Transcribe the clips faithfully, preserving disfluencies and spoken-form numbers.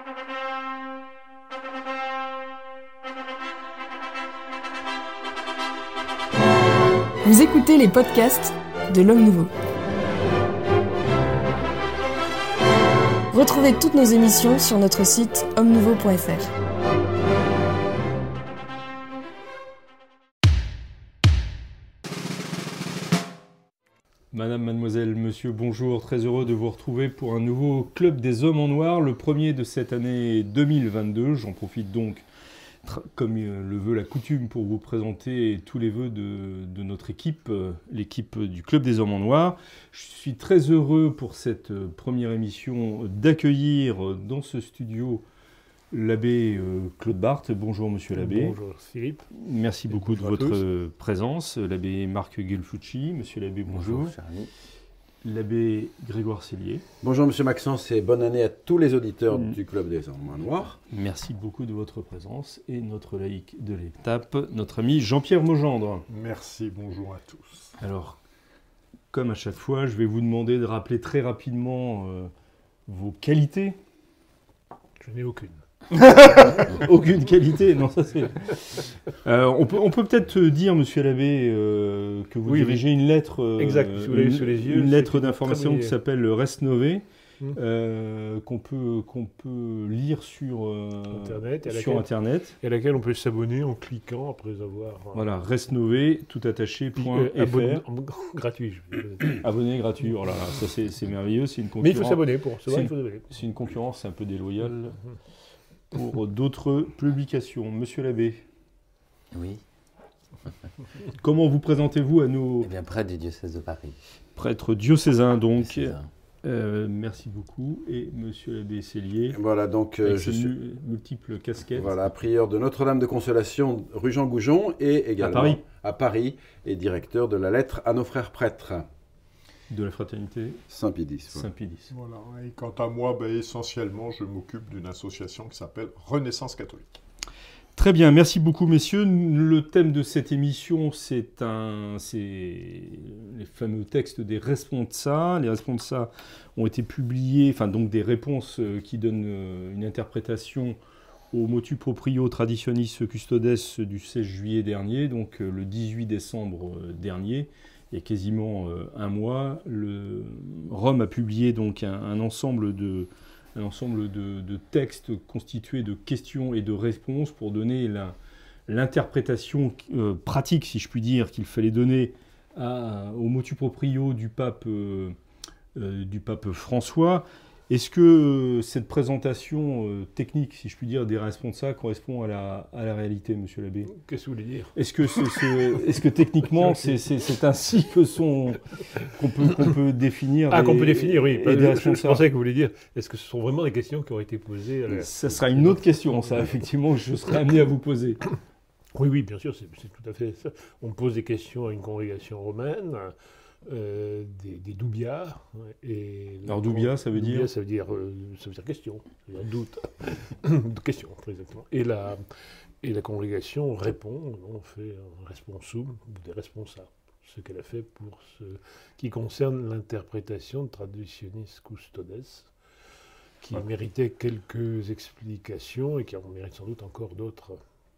Vous écoutez les podcasts de l'Homme Nouveau. Retrouvez toutes nos émissions sur notre site homme nouveau point f r. Madame, mademoiselle, monsieur, bonjour. Très heureux de vous retrouver pour un nouveau Club des Hommes en Noir, le premier de cette année deux mille vingt-deux. J'en profite donc, comme le veut la coutume, pour vous présenter tous les vœux de, de notre équipe, l'équipe du Club des Hommes en Noir. Je suis très heureux pour cette première émission d'accueillir dans ce studio l'abbé Claude Barthes. Bonjour monsieur l'abbé. Bonjour Philippe. Merci beaucoup de votre présence. L'abbé Marc Gelfucci. Monsieur l'abbé, bonjour. Bonjour cher ami. L'abbé Grégoire Cellier. Bonjour monsieur Maxence et bonne année à tous les auditeurs mmh. du Club des Hommes en Noir. Merci beaucoup de votre présence. Et notre laïc de l'étape, notre ami Jean-Pierre Maugendre. Merci, bonjour à tous. Alors, comme à chaque fois, je vais vous demander de rappeler très rapidement euh, vos qualités. Je n'ai aucune. Aucune qualité, non, ça c'est. Euh, on peut, on peut peut-être dire, monsieur l'abbé, euh, que vous oui, dirigez oui. une lettre, euh, exact, si vous l'avez sous les yeux, une lettre d'information qui s'appelle le Res Nové, hum. euh, qu'on peut, qu'on peut lire sur, euh, Internet, et sur laquelle, Internet. Et à laquelle on peut s'abonner en cliquant après avoir. Euh, voilà, Res Nové, tout attaché, point euh, abonné, gratuit. Abonné gratuit, oh là là, ça c'est, c'est merveilleux, c'est une concurrence. Mais il faut s'abonner pour recevoir, il faut s'abonner. C'est une concurrence un peu déloyale. Hum. Pour d'autres publications. Monsieur l'abbé. Oui. Comment vous présentez-vous à nos... Eh bien, prêtre du diocèse de Paris. Prêtre diocésain, donc. Diocésain. Euh, merci beaucoup. Et monsieur l'abbé Cellier. Voilà, donc... Avec euh, je suis... multiples casquettes. Voilà, prieur de Notre-Dame de Consolation, rue Jean Goujon, et également... À Paris. À Paris, et directeur de la lettre à nos frères prêtres. De la fraternité Saint-Pédis. Voilà. Saint-Pédis. Voilà. Et quant à moi, ben, essentiellement, je m'occupe d'une association qui s'appelle Renaissance catholique. Très bien, merci beaucoup messieurs. Le thème de cette émission, c'est, un, c'est les fameux textes des responsa. Les responsa ont été publiés, enfin donc des réponses qui donnent une interprétation au motu proprio traditionis custodes du seize juillet dernier, donc le dix-huit décembre dernier. Il y a quasiment euh, un mois, le, Rome a publié donc un, un ensemble, de, un ensemble de, de textes constitués de questions et de réponses pour donner la, l'interprétation euh, pratique, si je puis dire, qu'il fallait donner à, au motu proprio du pape, euh, euh, du pape François. Est-ce que euh, cette présentation euh, technique, si je puis dire, des responsables correspond à la, à la réalité, monsieur l'abbé ? Qu'est-ce que vous voulez dire ? Est-ce que, c'est, c'est, est-ce que techniquement, c'est, c'est, c'est ainsi que sont, qu'on, peut, qu'on peut définir Ah, des, qu'on peut définir, oui. Et des je, je pensais que vous vouliez dire, est-ce que ce sont vraiment des questions qui ont été posées à la... Ça sera une autre question, ça, effectivement, que je serai amené à vous poser. Oui, oui, bien sûr, c'est, c'est tout à fait ça. On pose des questions à une congrégation romaine. Euh, des, des doubias. Et alors doubia, ça veut doubia, dire ça veut dire, euh, ça veut dire question, ça veut dire doute. Question, très exactement. Et la, et la congrégation répond, on fait un responsum, des responsables, ce qu'elle a fait pour ce qui concerne l'interprétation de Traditionis Custodes, qui ouais. méritait quelques explications et qui en mérite sans doute encore d'autres.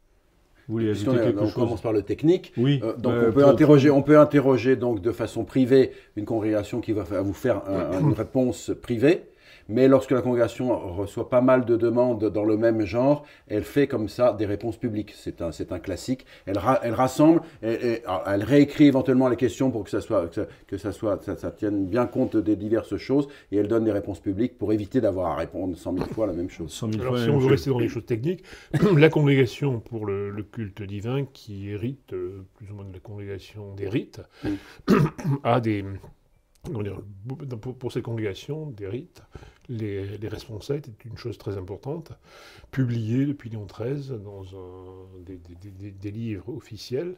Vous voulez ajouter on, quelque on chose ? commence par le technique. Oui. Euh, donc euh, on peut pour, interroger, pour... on peut interroger donc de façon privée une congrégation qui va vous faire un, une réponse privée. Mais lorsque la congrégation reçoit pas mal de demandes dans le même genre, elle fait comme ça des réponses publiques. C'est un, c'est un classique. Elle, ra, elle rassemble, et, et, elle réécrit éventuellement les questions pour que ça soit, que ça, que ça, soit ça, ça tienne bien compte des diverses choses, et elle donne des réponses publiques pour éviter d'avoir à répondre cent mille fois la même chose. cent mille Alors fois si on veut rester dans les choses techniques, la congrégation pour le, le culte divin, qui hérite euh, plus ou moins de la congrégation des rites, mm. a des... Dire, pour, pour ces congrégations, des rites, les, les responsables étaient une chose très importante, publiée depuis Léon treize dans un, des, des, des, des livres officiels,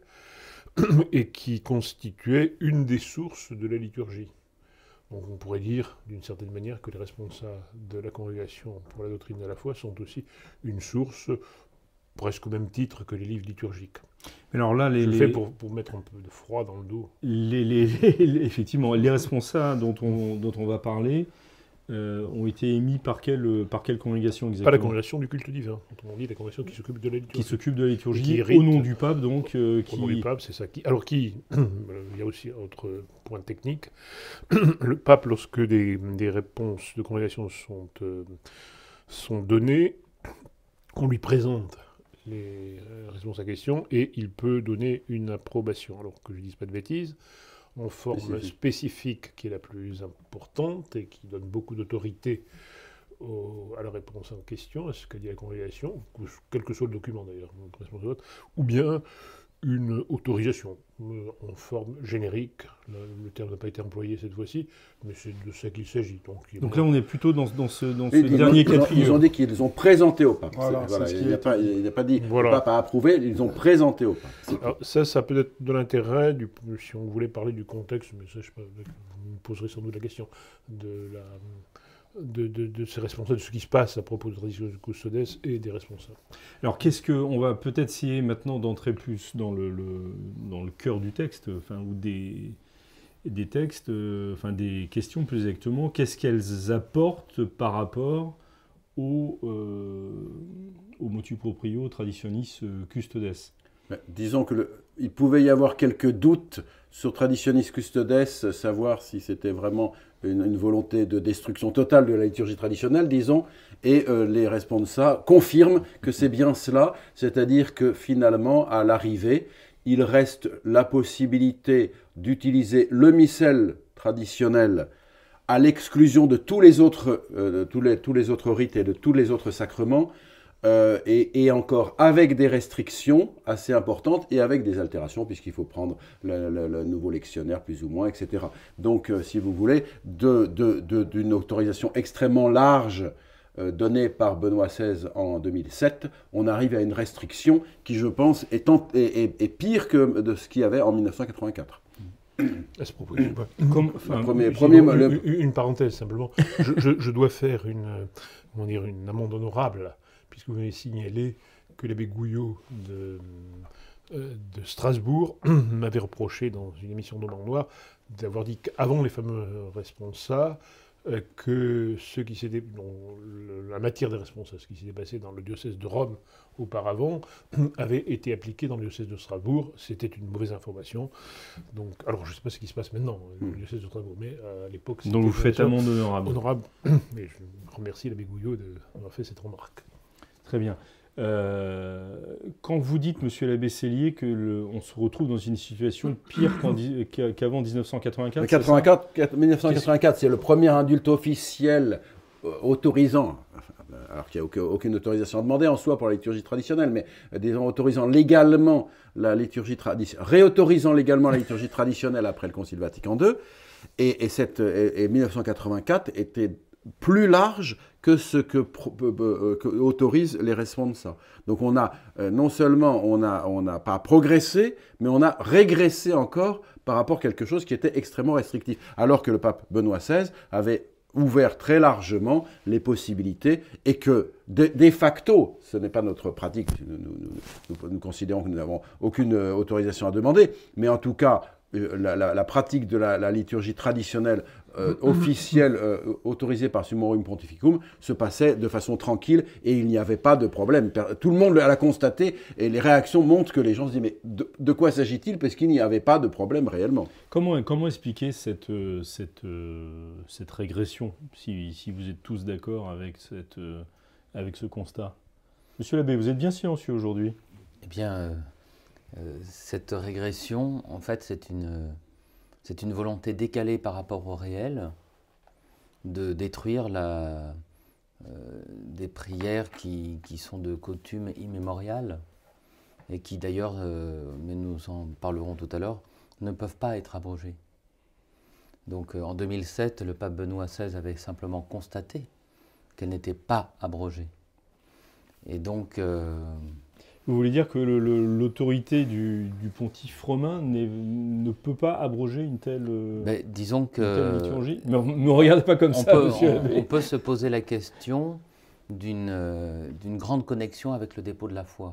et qui constituait une des sources de la liturgie. Donc on pourrait dire, d'une certaine manière, que les responsables de la congrégation pour la doctrine de la foi sont aussi une source presque au même titre que les livres liturgiques. Alors là, les, Je le les... fais pour, pour mettre un peu de froid dans le dos. Les, les, les, les, effectivement, les responsables dont on, dont on va parler euh, ont été émis par quelle, par quelle congrégation exactement? Pas la congrégation du culte divin, on dit la congrégation qui s'occupe de la liturgie. Qui s'occupe de la liturgie, qui hérite, au nom du pape, donc. Euh, qui... Au nom du pape, c'est ça. Qui... Alors, qui. Il y a aussi autre point technique. Le pape, lorsque des, des réponses de congrégation sont, euh, sont données, on lui présente les réponses à question et il peut donner une approbation. Alors que je ne dise pas de bêtises, en forme spécifique. spécifique qui est la plus importante et qui donne beaucoup d'autorité au, à la réponse en question, à ce qu'a dit la congrégation, quel que soit le document d'ailleurs, ou bien une autorisation euh, en forme générique. Le, le terme n'a pas été employé cette fois-ci, mais c'est de ça qu'il s'agit. Donc, Donc là, on est plutôt dans, dans ce, dans ce ils, dernier ils, cas de figure. Ils ont dit qu'ils ont présenté au pape. Voilà, voilà, il n'a est... pas, pas dit voilà. Le pape a approuvé, ils ont présenté au pape. Alors, ça, ça peut être de l'intérêt, du, si on voulait parler du contexte, mais ça, je sais pas, vous me poserez sans doute la question, de la... De, de, de ces responsables, de ce qui se passe à propos de tradition de custodes et des responsables. Alors, qu'est-ce que on va peut-être essayer maintenant d'entrer plus dans le, le dans le cœur du texte, enfin ou des des textes, euh, enfin des questions plus exactement. Qu'est-ce qu'elles apportent par rapport au euh, au motu proprio traditionis custodes? Ben, disons que le, il pouvait y avoir quelques doutes sur traditionis custodes, savoir si c'était vraiment Une, une volonté de destruction totale de la liturgie traditionnelle, disons, et euh, les responsa confirment que c'est bien cela, c'est-à-dire que finalement, à l'arrivée, il reste la possibilité d'utiliser le missel traditionnel à l'exclusion de tous les autres, euh, de tous les, tous les autres rites et de tous les autres sacrements, Euh, et, et encore avec des restrictions assez importantes et avec des altérations, puisqu'il faut prendre le, le, le nouveau lectionnaire plus ou moins, et cetera. Donc, euh, si vous voulez, de, de, de, d'une autorisation extrêmement large euh, donnée par Benoît seize en deux mille sept, on arrive à une restriction qui, je pense, est, en, est, est, est pire que de ce qu'il y avait en dix-neuf cent quatre-vingt-quatre. À ce propos, je Comme, enfin, premier, une, premier, une, le... une parenthèse simplement. je, je, je dois faire une, comment dire, une amende honorable, puisque vous m'avez signalé que l'abbé Gouillot de, euh, de Strasbourg m'avait reproché dans une émission d'Homme en Noir d'avoir dit qu'avant les fameux responsables, euh, que ce qui s'était, dont le, la matière des responsables, ce qui s'était passé dans le diocèse de Rome auparavant, avait été appliqué dans le diocèse de Strasbourg. C'était une mauvaise information. Donc, alors je ne sais pas ce qui se passe maintenant dans le diocèse de Strasbourg, mais euh, à l'époque... Donc vous faites amende honorable. Honorable. Mais je remercie l'abbé Gouillot d'avoir fait cette remarque. Très bien. Euh, quand vous dites, monsieur l'abbé Cellier, qu'on se retrouve dans une situation pire qu'en, qu'avant dix-neuf cent quatre-vingt-quatre, quatre-vingt-quatre, dix-neuf cent quatre-vingt-quatre, c'est le premier indulte officiel euh, autorisant, alors qu'il n'y a aucune, aucune autorisation demandée en soi pour la liturgie traditionnelle, mais euh, disons, autorisant légalement la liturgie traditionnelle, réautorisant légalement la liturgie traditionnelle après le Concile Vatican deux, et, et, cette, et, et dix-neuf cent quatre-vingt-quatre était plus large que ce que, euh, que autorisent les responsa. Donc on a, euh, non seulement on n'a on a pas progressé, mais on a régressé encore par rapport à quelque chose qui était extrêmement restrictif. Alors que le pape Benoît seize avait ouvert très largement les possibilités et que, de, de facto, ce n'est pas notre pratique, nous, nous, nous, nous considérons que nous n'avons aucune autorisation à demander, mais en tout cas, La, la, la pratique de la, la liturgie traditionnelle euh, officielle euh, autorisée par Summorum Pontificum se passait de façon tranquille et il n'y avait pas de problème. Tout le monde l'a constaté et les réactions montrent que les gens se disent mais de, de quoi s'agit-il parce qu'il n'y avait pas de problème réellement. Comment, comment expliquer cette, cette, cette régression si, si vous êtes tous d'accord avec, cette, avec ce constat? Monsieur l'abbé, vous êtes bien silencieux aujourd'hui. Eh bien... Euh... Euh, cette régression, en fait, c'est une, c'est une volonté décalée par rapport au réel de détruire la, euh, des prières qui, qui sont de coutume immémoriale et qui d'ailleurs, euh, mais nous en parlerons tout à l'heure, ne peuvent pas être abrogées. Donc euh, en deux mille sept, le pape Benoît seize avait simplement constaté qu'elles n'étaient pas abrogées. Et donc... Euh, Vous voulez dire que le, le, l'autorité du, du pontife romain ne peut pas abroger une telle, ben, disons que, une telle liturgie? Ne me, me regardez pas comme on ça, peut, monsieur on, l'abbé. On peut se poser la question d'une, euh, d'une grande connexion avec le dépôt de la foi.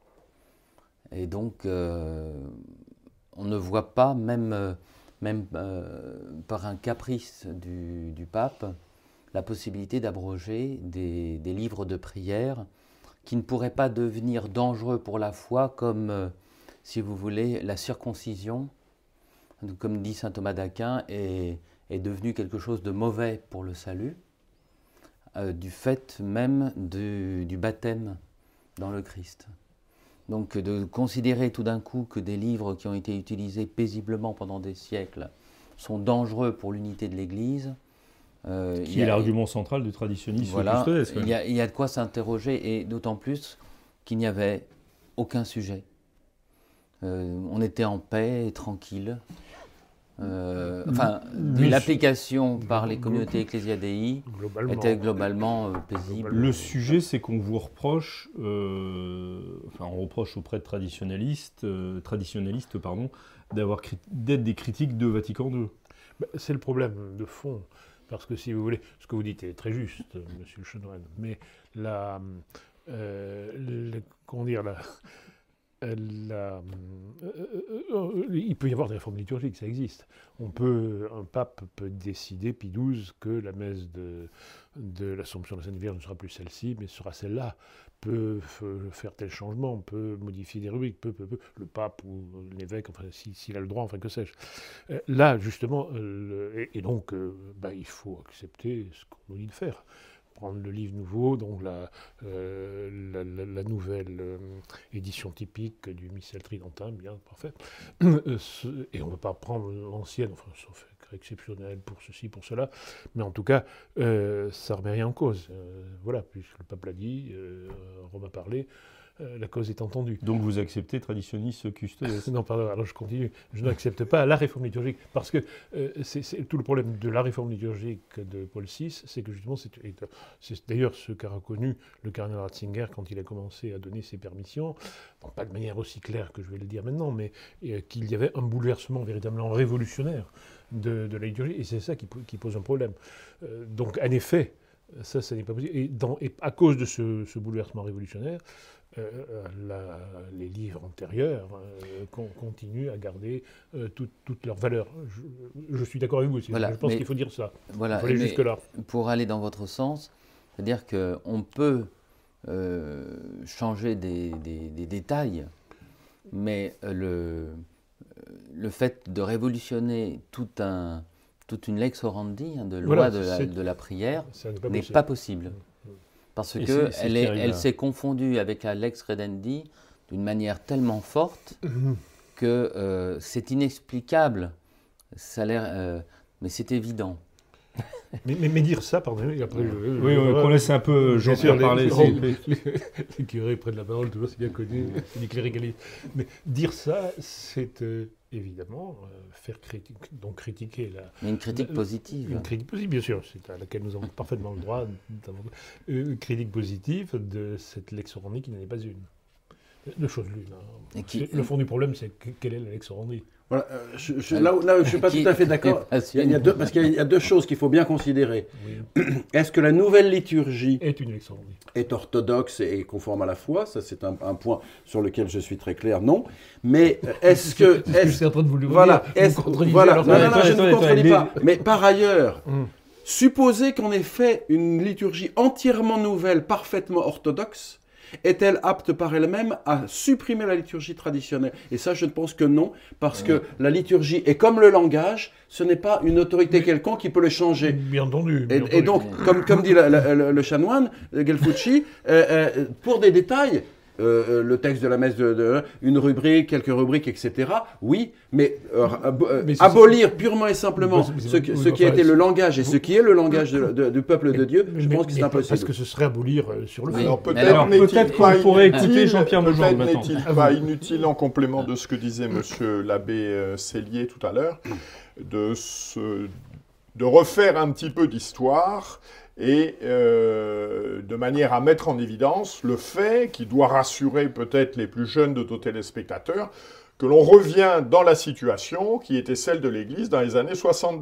Et donc, euh, on ne voit pas, même, même euh, par un caprice du, du pape, la possibilité d'abroger des, des livres de prière qui ne pourraient pas devenir dangereux pour la foi comme, euh, si vous voulez, la circoncision, comme dit saint Thomas d'Aquin, est, est devenue quelque chose de mauvais pour le salut, euh, du fait même du, du baptême dans le Christ. Donc de considérer tout d'un coup que des livres qui ont été utilisés paisiblement pendant des siècles sont dangereux pour l'unité de l'Église, Euh, qui est l'argument central du traditionnisme voilà, custodes. Il y, a, il y a de quoi s'interroger, et d'autant plus qu'il n'y avait aucun sujet. Euh, on était en paix et tranquille. Euh, enfin, Le l'application par les communautés ecclésiadei Globalement. était globalement euh, paisible. Le sujet, c'est qu'on vous reproche, euh, enfin, on reproche auprès de traditionalistes, euh, traditionalistes pardon, d'avoir cri- d'être des critiques de Vatican deux. Ben, c'est le problème de fond. Parce que si vous voulez, ce que vous dites est très juste, monsieur le Chanoine, mais la, euh, le, comment dire, la, la, euh, euh, il peut y avoir des réformes liturgiques, ça existe. On peut, un pape peut décider, Pie douze, que la messe de, de l'Assomption de la Sainte Vierge ne sera plus celle-ci, mais sera celle-là. Peut faire tel changement, peut modifier des rubriques, peut, peut, peut, le pape ou l'évêque, enfin, s'il, s'il a le droit, enfin, que sais-je. Euh, là, justement, euh, le, et, et donc, euh, bah, il faut accepter ce qu'on nous dit de faire. Prendre le livre nouveau, donc la, euh, la, la, la nouvelle euh, édition typique du Missel Tridentin, bien, parfait. Et on ne va pas prendre l'ancienne, enfin, sauf exceptionnel pour ceci, pour cela, mais en tout cas, euh, ça ne remet rien en cause. Euh, voilà, puisque le pape l'a dit, euh, Rome a parlé, euh, la cause est entendue. Donc vous acceptez traditionnistes custodes. Non, pardon, alors je continue. Je n'accepte pas la réforme liturgique, parce que euh, c'est, c'est tout le problème de la réforme liturgique de Paul six, c'est que justement, c'est, c'est d'ailleurs ce qu'a reconnu le cardinal Ratzinger quand il a commencé à donner ses permissions, bon, pas de manière aussi claire que je vais le dire maintenant, mais euh, qu'il y avait un bouleversement véritablement révolutionnaire de, de la liturgie, et c'est ça qui, qui pose un problème. Euh, donc, en effet, ça, ça n'est pas possible. Et, dans, et à cause de ce, ce bouleversement révolutionnaire, euh, la, les livres antérieurs euh, con, continuent à garder euh, tout, toute leur valeur. Je, je suis d'accord avec vous aussi. Voilà, je pense qu'il faut dire ça. Voilà, il faut aller jusque-là. Pour aller dans votre sens, c'est-à-dire qu'on peut euh, changer des, des, des détails, mais le, le fait de révolutionner tout un, toute une lex orandi, hein, de loi voilà, de, la, de la prière, pas n'est pas possible. Parce qu'elle elle, elle s'est confondue avec la lex credendi d'une manière tellement forte mmh. que euh, c'est inexplicable. Ça a l'air, euh, mais c'est évident. mais, mais, mais dire ça, pardon, et après... Je, oui, on oui, laisse un peu Jean-Pierre parler. Les, les, les, les curés prennent la parole, toujours, c'est bien connu, c'est du cléricalisme. Mais dire ça, c'est euh, évidemment euh, faire critiquer, donc critiquer la... Mais une critique la, positive. Une critique positive, bien sûr, c'est à laquelle nous avons parfaitement le droit. Une critique positive de cette lex orandi qui n'en est pas une. De choses l'une. Hein. Qui, le fond du problème, c'est que, quelle est la lex orandi. Voilà, euh, je, je, là, où, là où je ne suis pas tout à fait d'accord, il y a, il y a deux, parce qu'il y a deux choses qu'il faut bien considérer. Oui. Est-ce que la nouvelle liturgie est, une lex orandi. Est orthodoxe et conforme à la foi? Ça, c'est un, un point sur lequel je suis très clair, non. Mais est-ce que... Est-ce, je suis en train de vous le dire. Voilà, est-ce, voilà non, non, non, non, je ne vous contredis pas. Mais par ailleurs, hum. supposez qu'on ait fait une liturgie entièrement nouvelle, parfaitement orthodoxe, est-elle apte par elle-même à supprimer la liturgie traditionnelle? Et ça, je ne pense que non, parce que la liturgie est comme le langage, ce n'est pas une autorité Mais, quelconque qui peut le changer. Bien entendu. Bien et, entendu. et donc, comme, comme dit la, la, le, le chanoine, Gelfucci, euh, euh, pour des détails, euh, le texte de la messe, de, de, une rubrique, quelques rubriques, et cetera, oui, mais, euh, euh, mais abolir ça. purement et simplement mais ce, ce, ce qui a été le langage et ce qui est le langage de, de, du peuple mais, de Dieu, je mais, pense que c'est impossible. Parce que ce serait abolir sur le fond. Alors peut-être, alors, peut-être qu'on pourrait écouter Jean-Pierre Moujande maintenant. Peut-être n'est-il pas inutile, en complément de ce que disait monsieur l'abbé Cellier tout à l'heure, de, se, de refaire un petit peu d'histoire et euh, de manière à mettre en évidence le fait qui doit rassurer peut-être les plus jeunes de nos téléspectateurs, que l'on revient dans la situation qui était celle de l'Église dans les années soixante-dix.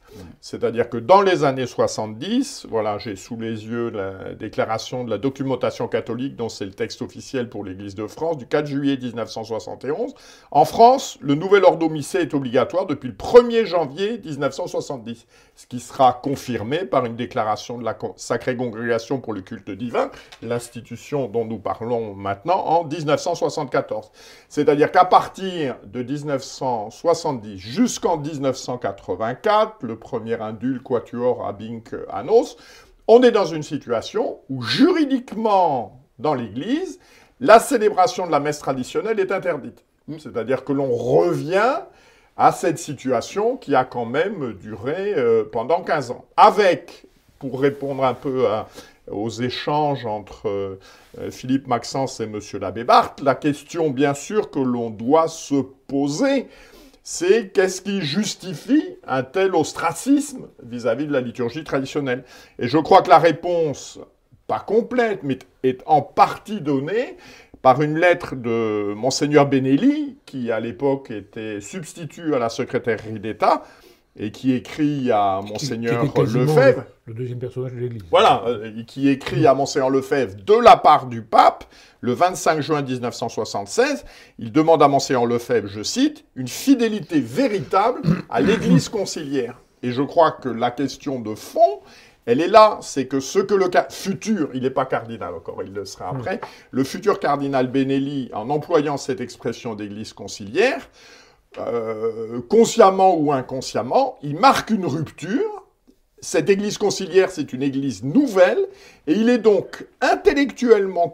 C'est-à-dire que dans les années soixante-dix, voilà, j'ai sous les yeux la déclaration de la documentation catholique, dont c'est le texte officiel pour l'Église de France, du quatre juillet mille neuf cent soixante et onze. En France, le nouvel ordre missé est obligatoire depuis le premier janvier mille neuf cent soixante-dix, ce qui sera confirmé par une déclaration de la Sacrée Congrégation pour le culte divin, l'institution dont nous parlons maintenant, en mille neuf cent soixante-quatorze. C'est-à-dire qu'à partir de mille neuf cent soixante-dix jusqu'en mille neuf cent quatre-vingt-quatre, le premier indule quatuor Abinc Anos, on est dans une situation où juridiquement, dans l'Église, la célébration de la messe traditionnelle est interdite. C'est-à-dire que l'on revient à cette situation qui a quand même duré euh, pendant quinze ans. Avec, pour répondre un peu à, aux échanges entre euh, Philippe Maxence et M. l'abbé Barthes, la question bien sûr que l'on doit se poser, c'est qu'est-ce qui justifie un tel ostracisme vis-à-vis de la liturgie traditionnelle. Et je crois que la réponse, pas complète, mais est en partie donnée par une lettre de Monseigneur Benelli, qui à l'époque était substitut à la secrétairerie d'État, et qui écrit à Monseigneur Lefebvre. Le deuxième personnage de l'Église. Voilà, euh, qui écrit à Monseigneur Lefebvre de la part du pape, le vingt-cinq juin mille neuf cent soixante-seize. Il demande à Monseigneur Lefebvre, je cite, « une fidélité véritable à l'Église conciliaire ». Et je crois que la question de fond, elle est là, c'est que ce que le futur, il n'est pas cardinal encore, il le sera après, le futur cardinal Benelli, en employant cette expression d'Église conciliaire, Euh, consciemment ou inconsciemment, il marque une rupture. Cette église conciliaire, c'est une église nouvelle, et il est donc intellectuellement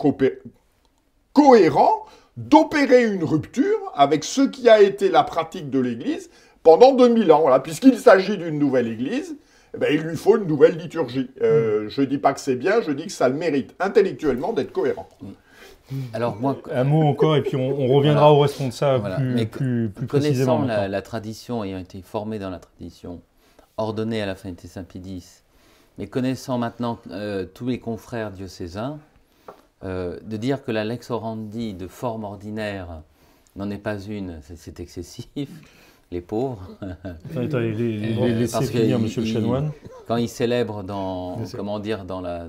cohérent d'opérer une rupture avec ce qui a été la pratique de l'église pendant deux mille ans. Voilà. Puisqu'il s'agit d'une nouvelle église, eh bien, il lui faut une nouvelle liturgie. Euh, je ne dis pas que c'est bien, je dis que ça le mérite intellectuellement d'être cohérent. Alors, moi, un mot encore, et puis on, on reviendra voilà. au responsable Voilà. plus, Mais plus, plus connaissant précisément. la, la tradition, ayant été formé dans la tradition, ordonné à la Trinité Saint-Pie X, mais connaissant maintenant euh, tous les confrères diocésains, euh, de dire que la lex orandi de forme ordinaire n'en est pas une, c'est, c'est excessif, les pauvres. Attends, les, les, les, Bon, laissez parce que finir, il- monsieur le il- chanoine. Quand ils célèbrent dans, Bien sûr. comment dire, dans la,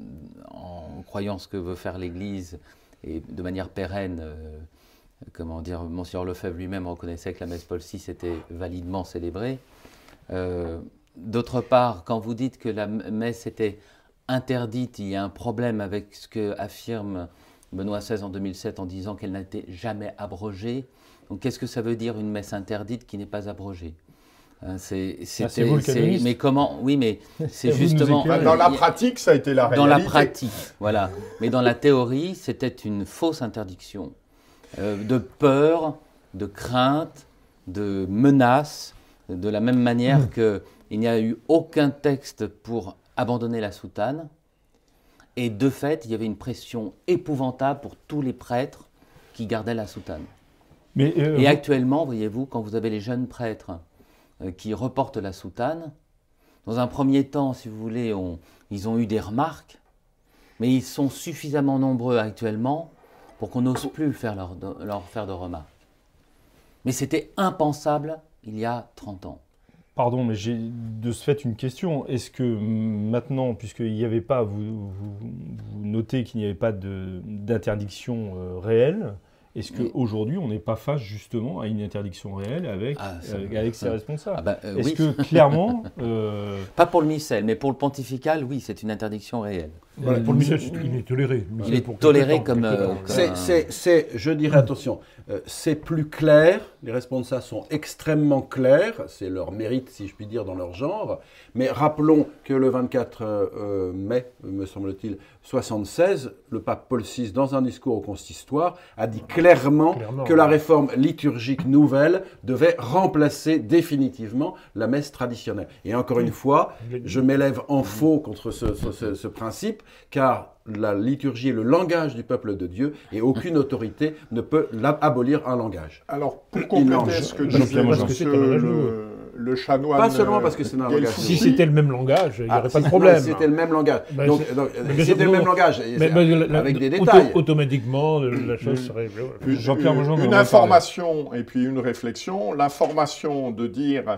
en croyant ce que veut faire l'Église et de manière pérenne, euh, comment dire, Monseigneur Lefebvre lui-même reconnaissait que la messe Paul six était validement célébrée. Euh, D'autre part, quand vous dites que la messe était interdite, il y a un problème avec ce que affirme Benoît seize en deux mille sept en disant qu'elle n'a été jamais abrogée. Donc qu'est-ce que ça veut dire une messe interdite qui n'est pas abrogée? Hein, c'est, Ah, c'est vous le c'est- canoniste. mais comment? Oui, mais c'est vous nous justement éclairez. Dans la il y a- pratique, ça a été la dans réalité. la pratique, voilà. Mais dans la théorie, c'était une fausse interdiction euh, de peur, de crainte, de menace, de la même manière Mmh. qu'il n'y a eu aucun texte pour abandonner la soutane. Et de fait, il y avait une pression épouvantable pour tous les prêtres qui gardaient la soutane. Mais, euh, Et vous- actuellement, voyez-vous, quand vous avez les jeunes prêtres euh, qui reportent la soutane, dans un premier temps, si vous voulez, on- ils ont eu des remarques, mais ils sont suffisamment nombreux actuellement pour qu'on n'ose plus faire leur, de- leur faire de remarques. Mais c'était impensable il y a trente ans. Pardon, mais j'ai de ce fait une question. Est-ce que mm, maintenant, puisqu'il n'y avait pas, vous, vous, vous notez qu'il n'y avait pas de- d'interdiction euh, réelle, est-ce Oui. qu'aujourd'hui, on n'est pas face justement à une interdiction réelle avec, Ah, ça- avec, avec ses ça- responsables Ah ben, euh, Est-ce oui. que clairement, euh, Pas pour le missel, mais pour le pontifical, oui, c'est une interdiction réelle. Voilà, pour le missel, c'est- il est toléré. Le Il missel est pour quelques toléré temps, comme, quelques euh, temps. comme- C'est, c'est, c'est, je dirais, attention, euh, c'est plus clair, les responsables sont extrêmement clairs, c'est leur mérite, si je puis dire, dans leur genre, mais rappelons que le vingt-quatre euh, mai, me semble-t-il, soixante-seize, le pape Paul six, dans un discours au consistoire, a dit clairement, Clairement, que la ouais. réforme liturgique nouvelle devait remplacer définitivement la messe traditionnelle. Et encore une fois, je m'élève en faux contre ce, ce- ce- ce principe, car la liturgie est le langage du peuple de Dieu et aucune autorité ne peut la- abolir un langage. Alors, pour Il en- compléter ce que je- disait parce que c'est monsieur un langage le, nouveau. le chanoine... Pas seulement euh, parce que c'est un Guelfi, langage Si c'était le même langage, il n'y Ah, aurait pas de si- problème. non, c'était le même langage. Ben, donc, c'est- donc, mais bien sûr, c'était le non. même langage, et Mais, c'est- mais la- la- avec des auto- détails. automatiquement, la chose serait. Une, Jean-Pierre Mojon, une on va information et puis une réflexion. L'information de dire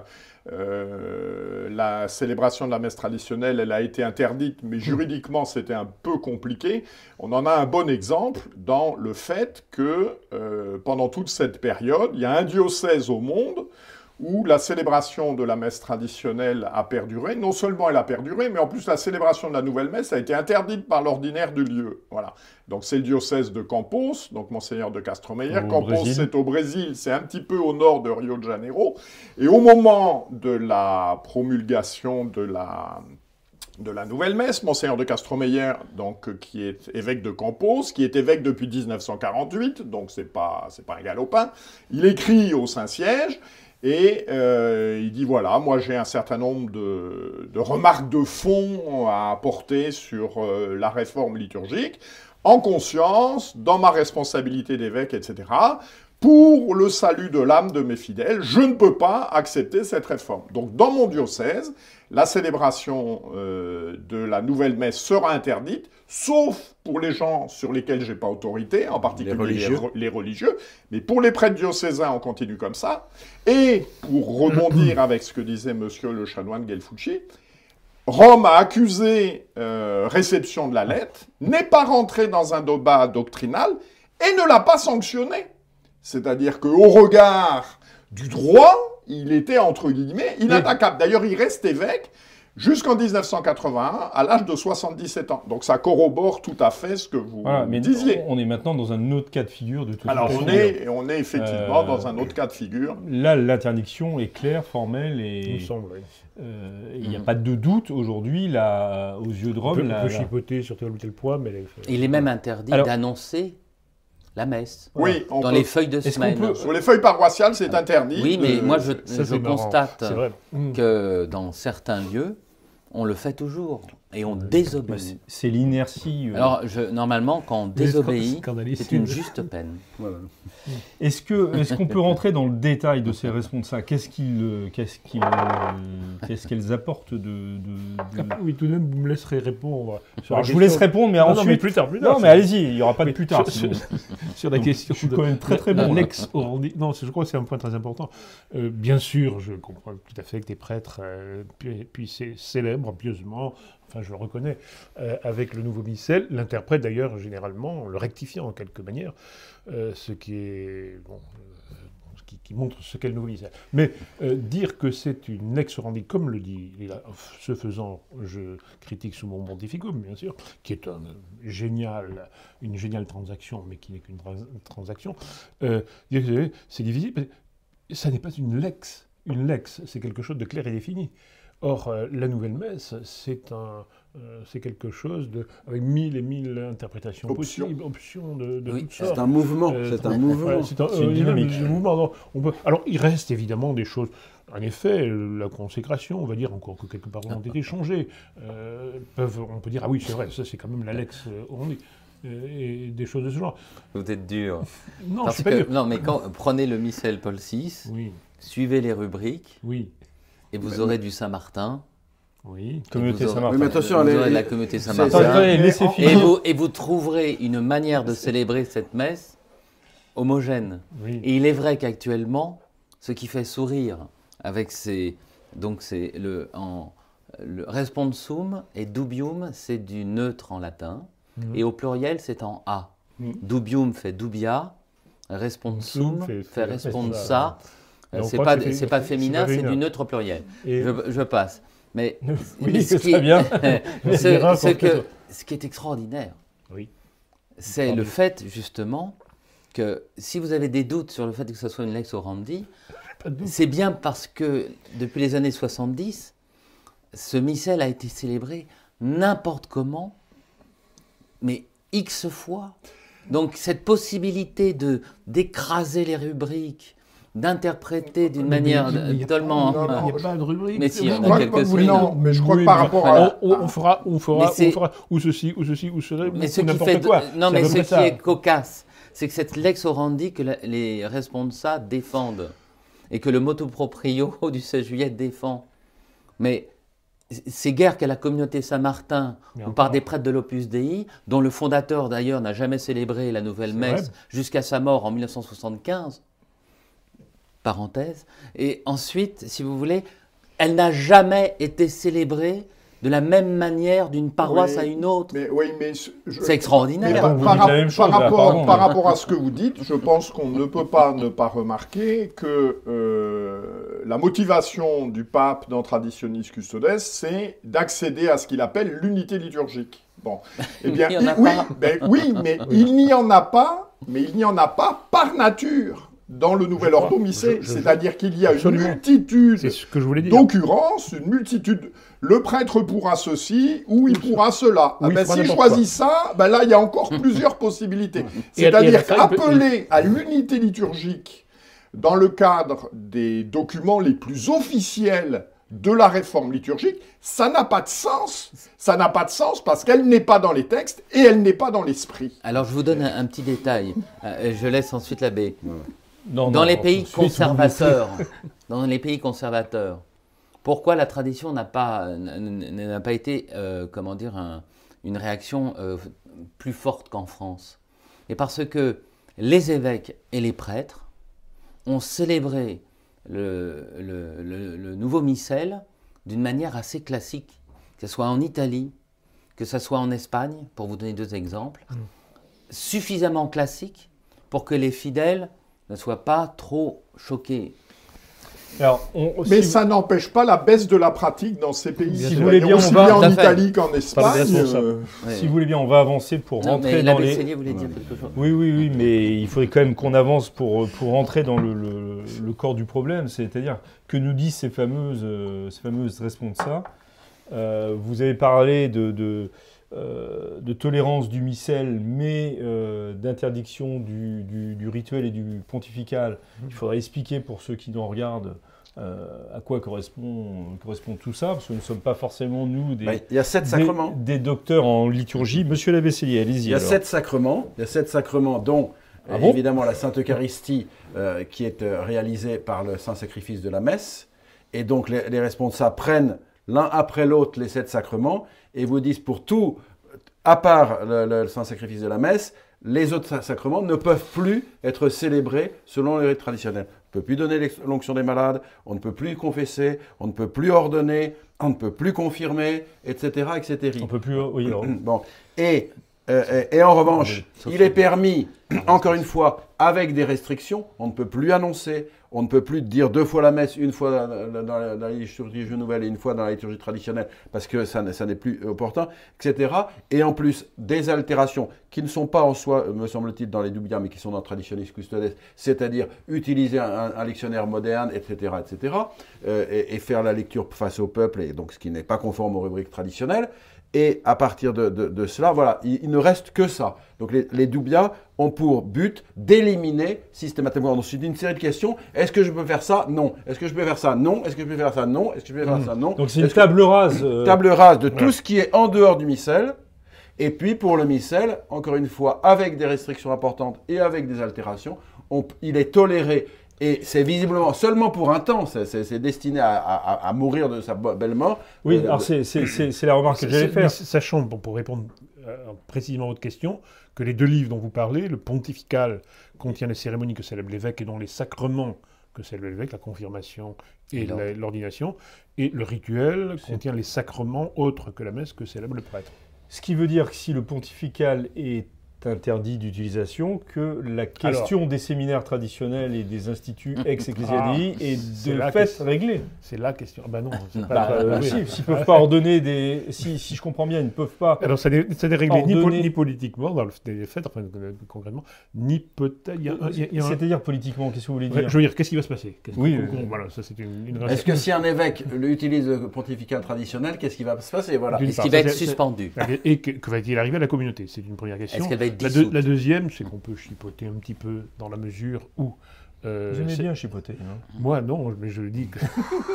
euh, la célébration de la messe traditionnelle, elle a été interdite, mais juridiquement, c'était un peu compliqué. On en a un bon exemple dans le fait que euh, pendant toute cette période, il y a un diocèse au monde où la célébration de la messe traditionnelle a perduré. Non seulement elle a perduré, mais en plus la célébration de la nouvelle messe a été interdite par l'ordinaire du lieu. Voilà. Donc c'est le diocèse de Campos, donc Monseigneur de Castromeyer. Au Campos, Brésil. c'est au Brésil, c'est un petit peu au nord de Rio de Janeiro. Et au moment de la promulgation de la... de la nouvelle messe, Monseigneur de Castromeyer, donc, euh, qui est évêque de Campos, qui est évêque depuis dix-neuf cent quarante-huit, donc c'est pas, c'est pas un galopin, il écrit au Saint-Siège, et euh, il dit, voilà, moi j'ai un certain nombre de, de remarques de fond à apporter sur euh, la réforme liturgique, en conscience, dans ma responsabilité d'évêque, et cetera, pour le salut de l'âme de mes fidèles, je ne peux pas accepter cette réforme. Donc dans mon diocèse, la célébration euh, de la nouvelle messe sera interdite, sauf pour les gens sur lesquels je n'ai pas autorité, en particulier Les religieux. Les, re- les religieux, mais pour les prêtres diocésains, on continue comme ça. Et pour rebondir avec ce que disait monsieur le chanoine Gelfucci, Rome a accusé euh, réception de la lettre, n'est pas rentré dans un débat doctrinal et ne l'a pas sanctionné. C'est-à-dire qu'au regard du droit, il était, entre guillemets, inattaquable. D'ailleurs, il reste évêque jusqu'en dix-neuf cent quatre-vingt-un, à l'âge de soixante-dix-sept ans. Donc ça corrobore tout à fait ce que vous Voilà, mais disiez. on est maintenant dans un autre cas de figure de toute Alors façon. on est, on est effectivement Euh, dans un autre cas de figure. Là, l'interdiction est claire, formelle, Il me et semble, oui. euh, il n'y a Mhm. pas de doute aujourd'hui, là, aux yeux de On Rome. peut, on la- peut la- chipoter sur tel ou tel point, mais... elle- Il est même interdit Alors- d'annoncer la messe Oui, on dans peut- les feuilles de Est-ce qu'on semaine. peut- sur les feuilles paroissiales, c'est interdit. Oui, mais de- moi je, Ça, je c'est marrant. constate C'est vrai. Mm. que dans certains lieux, on le fait toujours et on Bah, désobéit. c'est- c'est l'inertie. euh. Alors, je, normalement, quand on désobéit, Scandaliste. c'est une juste peine. Voilà. Est-ce que est-ce qu'on peut rentrer dans le détail de ces responsables? Qu'est-ce qu'ils euh, qu'est-ce qu'ils euh, qu'est-ce qu'elles apportent de, de- de- Ah, oui, tout de même, vous me laisserez répondre. sur Alors, la je vous laisse question- répondre, mais Non, non, ensuite. mais plus tard, plus tard. Non, mais allez-y, il n'y aura pas de Oui, plus tard. sur- sinon. Sur la Donc, question je suis de- quand même très, très de bon, là. l'ex orandi- Non, c'est- je crois que c'est un point très important. Euh, bien sûr, je comprends tout à fait que des prêtres euh, pu- puissent célèbrent pieusement, enfin je le reconnais, euh, avec le nouveau missel, l'interprète d'ailleurs généralement en le rectifiant en quelque manière, euh, ce qui est bon, euh, ce qui, qui montre ce qu'est le nouveau missel. Mais euh, dire que c'est une ex orandi, comme le dit, Lila, ce faisant, je critique sous mon pontificum, bien sûr, qui est un génial, une géniale transaction, mais qui n'est qu'une trans- transaction. Euh, dire que c'est difficile, parce que ça n'est pas une lex. Une lex, c'est quelque chose de clair et défini. Or, euh, la nouvelle messe, c'est un, euh, c'est quelque chose de, avec mille et mille interprétations Options. possibles, options de, de Oui, toutes sortes. C'est un mouvement, Euh, c'est un Ouais, mouvement. c'est un, C'est une euh, il y a même dynamique. des mouvements, non, on peut- alors, il reste évidemment des choses. En effet, euh, la consécration, on va dire, encore que quelques paroles ont été changées, euh, peuvent, on peut dire, ah oui, c'est vrai, ça c'est quand même l'Alex euh, Orandi. Euh, et des choses de ce genre. Vous êtes dur. Non, je Parce suis pas que, dur. non, mais quand prenez le missel Paul six, Oui, suivez les rubriques oui, et vous aurez du Saint-Martin. oui. et Communauté vous aurez- Saint-Martin. Oui, mais attention, vous les- aurez les- la communauté c'est- Saint-Martin. Attendez, laissez Et finir. Et vous, et vous trouverez une manière de célébrer cette messe homogène. oui. Et il est vrai qu'actuellement, ce qui fait sourire avec ces... Donc c'est le, en, le responsum et dubium, c'est du neutre en latin. Mhm. Et au pluriel, c'est en A. Mhm. Dubium fait dubia, responsum Fait- fait, fait responsa. Et Euh, on C'est croit pas, que c'est- c'est pas c'est- féminin, c'est pas c'est féminin. du neutre au pluriel. Et- Je, je passe. Mais, Oui, mais ce, c'est qui, très bien. Mais ce, Guérin, ce pour que- que- ce qui est extraordinaire, Oui. c'est Pardon. le fait justement que si vous avez des doutes sur le fait que ce soit une lex orandi, Pas de doute. c'est bien parce que depuis les années soixante-dix, ce missel a été célébré n'importe comment, mais X fois. Donc cette possibilité de d'écraser les rubriques, d'interpréter d'une Mais manière il y a- il y a totalement... pas- non, non, Il n'y a pas de rubrique. Mais si, Oui, on a moi, quelques oui, signes. non, mais je crois oui, que par mais- rapport à- On, on fera, on fera, Mais c'est- on fera, ou ceci, ou ceci, ou cela, Mais ou ce qui n'importe fait... quoi. Non, C'est mais à peu ce près qui ça. est cocasse, c'est que cette lex orandi que la- les responsables défendent et que le motu proprio du seize juillet défend. Mais c'est guère qu'à la communauté Saint-Martin Mais ou encore. par des prêtres de l'Opus Dei, dont le fondateur d'ailleurs n'a jamais célébré la nouvelle C'est messe vrai. jusqu'à sa mort en mille neuf cent soixante-quinze. Parenthèse. Et ensuite, si vous voulez, elle n'a jamais été célébrée de la même manière d'une paroisse Oui, à une autre. Mais, oui, mais je- C'est extraordinaire. mais Mais par, donc, vous par dites la rap- même chose, par là, rapport, pardon. par rapport à ce que vous dites, je pense qu'on ne peut pas ne pas remarquer que euh, la motivation du pape dans Traditionis Custodes, c'est d'accéder à ce qu'il appelle l'unité liturgique. Bon, eh bien, Il n'y en a oui, pas. ben oui, mais il n'y en a pas, mais il n'y en a pas par nature dans le nouvel Je ordo crois- missé. je- je- C'est-à-dire qu'il y a Absolument. une multitude C'est ce que je voulais dire. d'occurrences, une multitude. Le prêtre pourra ceci ou il pourra cela. Ou Ah il ben, fera s'il n'importe choisit ça, ben là, il y a encore plusieurs possibilités. Et- et à C'est-à-dire la fin, il peut- qu'appeler à l'unité liturgique dans le cadre des documents les plus officiels de la réforme liturgique, ça n'a pas de sens. Ça n'a pas de sens parce qu'elle n'est pas dans les textes et elle n'est pas dans l'esprit. Alors je vous donne un, un petit détail. Euh, je laisse ensuite l'abbé. Non, Dans non, les non, pays tout de suite, conservateurs, dans les pays conservateurs, pourquoi la tradition n'a pas, n- n'a pas été, euh, comment dire, un- une réaction euh, plus forte qu'en France? Et parce que les évêques et les prêtres ont célébré le, le- le- le nouveau missel d'une manière assez classique, que ce soit en Italie, que ce soit en Espagne, pour vous donner deux exemples, suffisamment classique pour que les fidèles ne soient pas trop choqués. Alors, on- Mais si- ça n'empêche pas la baisse de la pratique dans ces pays. Si vous voulez bien, aussi on va- bien en Tout à fait. Italie qu'en Par le Espagne. responsable. euh, Ouais. si vous voulez bien, on va avancer pour Non, rentrer mais dans l'abbé les... Cellier voulait dire quelque chose. Oui, oui, oui, mais il faudrait quand même qu'on avance pour, pour rentrer dans le, le- le corps du problème, c'est-à-dire que nous disent ces fameuses, euh, ces fameuses responsa. Euh, vous avez parlé de, de, euh, de tolérance du missel, mais euh, d'interdiction du, du- du rituel et du pontifical. Il faudrait expliquer pour ceux qui nous regardent euh, à quoi correspond, correspond tout ça, parce que nous ne sommes pas forcément, nous, des, Ben, il y a sept des- sacrements. des docteurs en liturgie. Monsieur l'abbé Cellier, allez-y. Il y a alors. sept sacrements. Il y a sept sacrements, dont Ah euh, bon évidemment la Sainte Eucharistie, euh, qui est euh, réalisée par le Saint Sacrifice de la Messe. Et donc les, les responsables prennent l'un après l'autre les sept sacrements et vous disent pour tout, à part le, le Saint Sacrifice de la Messe, les autres sa- sacrements ne peuvent plus être célébrés selon les rites traditionnels. On ne peut plus donner l'ex- l'onction des malades, on ne peut plus confesser, on ne peut plus ordonner, on ne peut plus confirmer, et cetera, et cetera. On peut plus... Oui, alors... Bon. Et, euh, et, et en revanche, Sauf il est que- permis, encore une fois, avec des restrictions, on ne peut plus annoncer, on ne peut plus dire deux fois la messe, une fois dans la, dans la- dans la liturgie nouvelle et une fois dans la liturgie traditionnelle, parce que ça, n- ça n'est plus opportun, et cetera. Et en plus, des altérations qui ne sont pas en soi, me semble-t-il, dans les Dubia, mais qui sont dans Traditionis Custodes, c'est-à-dire utiliser un, un- un dictionnaire moderne, et cetera, et cetera, euh, et, et faire la lecture face au peuple, et donc ce qui n'est pas conforme aux rubriques traditionnelles. Et à partir de, de- de cela, voilà, il, il ne reste que ça. Donc les, les Dubia ont pour but d'éliminer systématiquement ensuite une série de questions. Est-ce que je peux faire ça? Non. Est-ce que je peux faire ça? Non. Est-ce que je peux faire ça? Non. Est-ce que je peux faire ça? Non. Donc c'est une Est-ce que- table rase. euh, table rase de Ouais. tout ce qui est en dehors du missel. Et puis pour le missel, encore une fois, avec des restrictions importantes et avec des altérations, on- il est toléré. Et c'est visiblement seulement pour un temps, c'est- c'est c'est destiné à, à- à mourir de sa bo- belle mort. Oui, Euh, alors c'est c'est- c'est- c'est la remarque que C'est- j'allais c'est- faire. mais Sachant, bon, pour répondre euh, précisément à votre question, que les deux livres dont vous parlez, le pontifical contient les cérémonies que célèbre l'évêque et dont les sacrements que célèbre l'évêque, la confirmation et L'ordre. la- l'ordination, et le rituel C'est- contient les sacrements autres que la messe que célèbre le prêtre. Ce qui veut dire que si le pontifical est interdit d'utilisation, que la question des séminaires traditionnels et des instituts ex-ecclésiadii Ah, est c'est de la fait question. réglée. C'est la question. Ah bah non, c'est Bah, pas... Bah, euh, oui. si, s'ils ne peuvent pas ordonner des... Si, si je comprends bien, ils ne peuvent pas... Alors, ça n'est ça n'est réglé ni, po- Ordonner. ni politiquement, dans le des faits, enfin, euh, concrètement, ni peut-être... il y a un- il y a- il y a un- C'est-à-dire politiquement, qu'est-ce que vous voulez Ouais, dire? je veux dire, qu'est-ce qui va se passer? Qu'est-ce Oui, que- euh, qu'on- Voilà, ça c'est une, une Est-ce que si un évêque utilise le pontifical traditionnel, qu'est-ce qui va se passer? Voilà. D'une Est-ce part, qu'il va ça, être c'est- suspendu? Et que, que va-t-il arriver à la communauté? C'est une première question. Est-ce qu'elle va être La, deux- dissoute? la deuxième, c'est qu'on peut chipoter un petit peu dans la mesure où... euh, Vous aimez c'est- bien chipoter, hein. Moi, non, mais je le dis que...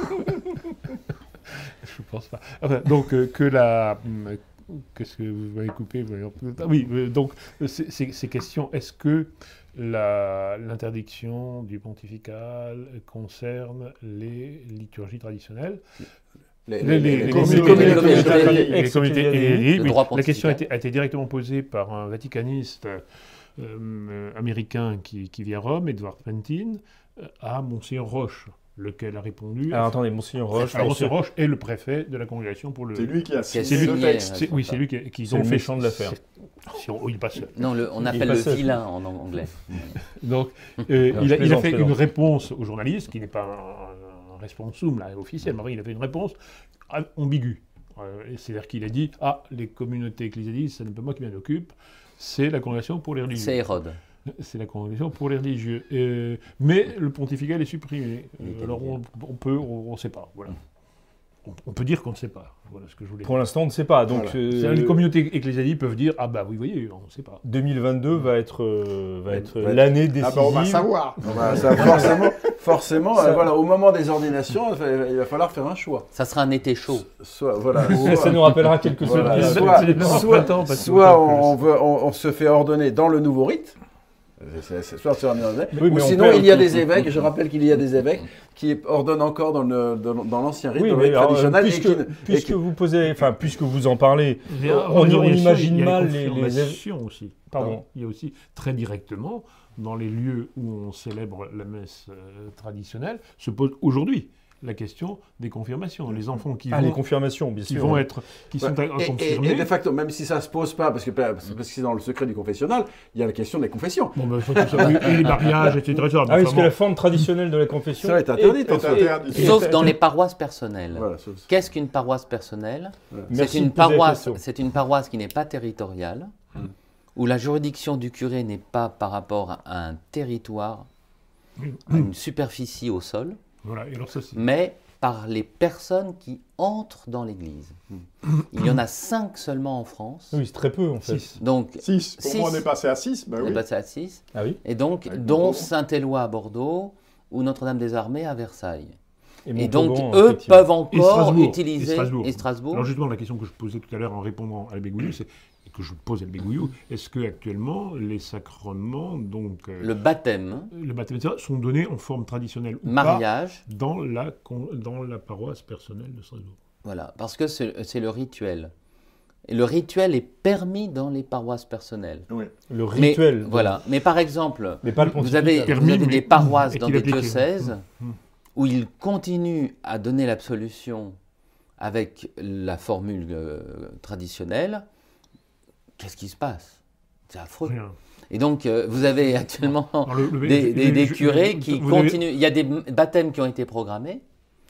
je pense pas. Enfin, donc, euh, que la... hum, Qu'est-ce que vous m'avez coupé voyons. Ah oui, euh, donc, euh, c'est- c'est- ces questions, est-ce que la- l'interdiction du pontifical concerne les liturgies traditionnelles? Les, Les, les- les- les les communautés- communautés- les communautés- les communautés- ex- les communautés- ex- et- et- le oui, droit La question a pontifical. été, a été directement posée par un vaticaniste euh, euh, américain qui, qui vit à Rome, Edward Fenton, euh, à Monseigneur Roche. lequel a répondu. Alors attendez, Monseigneur Roche. Alors, Monseigneur Roche est le préfet de la congrégation pour le. C'est lui qui a signé C'est lui le qui- texte. c'est- Oui, c'est lui qui. qui C'est le méchant de l'affaire. c'est- si on- Il passe. Non, le- on Il appelle est le pas seul. vilain en ang- anglais. Donc, euh, Non, il, je a, il a plaisante, fait je une plaisante. réponse au journaliste, qui n'est pas un, un responsum là, officiel, mais enfin, il a fait une réponse ah, ambiguë. Euh, C'est-à-dire qu'il a dit ah, les communautés ecclésiastiques, ce n'est pas moi qui m'en occupe, c'est la congrégation pour les religieux. C'est Hérode. C'est la congrégation pour les religieux. Euh, mais le pontifical est supprimé. Il était Euh, alors on, on peut, on ne sait pas. Voilà. On, on peut dire qu'on ne sait pas. Voilà ce que je voulais Pour dire. l'instant, on ne sait pas. Donc, Voilà. euh, C'est-à-dire, les communautés ecclésiastiques peuvent dire ah bah oui, vous voyez, on ne sait pas. deux mille vingt-deux va être, euh, va être Ouais. l'année Ah décisive. ben on va savoir. Voilà, ça, forcément, forcément Ça- euh, voilà, au moment des ordinations, il va, il va falloir faire un choix. Ça sera un été chaud. Soit, voilà, Ça, ça nous rappellera quelques Voilà, surprises. C'est- soit, c'est le soit- printemps, parce que soit autant que on, veut- on- on se fait ordonner dans le nouveau rite, c'est- c'est- soit on se fait ordonner, Oui, ou mais on sinon perd- il y a des évêques, je rappelle qu'il y a des évêques qui ordonnent encore dans le- dans- dans l'ancien rite, Oui, dans le mais rite alors, euh, traditionnel. et puisque, qui ne- et puisque qui- vous posez, enfin, puisque vous en parlez, Il y a- on, il y a on aussi- imagine il y a mal les, les confirmations aussi. Pardon. Il y a aussi très directement, dans les lieux où on célèbre la messe euh, traditionnelle, se pose aujourd'hui la question des confirmations. Les enfants qui Ah, vont, les confirmations, bien qui sûr. vont être, qui sont à, à et, et- confirmer. et de facto, même si ça ne se pose pas, parce que parce que c'est dans le secret du confessionnal, il y a la question des confessions. Bon, ben, surtout ça, oui, et les mariages, et cetera et cetera. Ah oui, parce Enfin, que la bon, forme traditionnelle de la confession Ça est interdite, en C'est fait. interdit. Sauf dans les paroisses personnelles. Voilà, c'est- Qu'est-ce qu'une paroisse personnelle? Merci C'est de une, poser la paroisse, question. c'est une paroisse qui n'est pas territoriale, où la juridiction du curé n'est pas par rapport à un territoire, à une superficie au sol, voilà, et alors ça, c'est- mais par les personnes qui entrent dans l'Église. Il y en a cinq seulement en France. Oui, c'est très peu en fait. six. Donc, six. Pour Six. moi, on est passé à six. Ben on est oui. passé à six. Ah oui. Et donc, Avec dont Montauban. Saint-Éloi à Bordeaux ou Notre-Dame-des-Armées à Versailles. Et Montauban, donc, eux effectivement. peuvent Et encore Strasbourg. utiliser. Et Strasbourg. et Strasbourg. Alors justement, la question que je posais tout à l'heure en répondant à l'abbé Gouillou, c'est et que je pose à l'abbé Gouillou, est-ce que actuellement les sacrements, donc euh, Le baptême, le baptême, et cetera, sont donnés en forme traditionnelle ou mariage, pas dans la, con- dans la paroisse personnelle de Strasbourg? voilà, parce que c'est c'est le rituel. Et le rituel est permis dans les paroisses personnelles. Oui. Le Mais, rituel. voilà. Mais par exemple, Mais pas le vous pontifical. avez, vous Permis, avez mais- des paroisses et dans qu'il des applique. diocèses Mmh. où ils continuent à donner l'absolution avec la formule euh, traditionnelle. Qu'est-ce qui se passe? C'est affreux. Rien. Et donc, euh, vous avez actuellement Alors, le- le- des, le- des- le- des je- curés vous qui avez- continuent. Il y a des baptêmes qui ont été programmés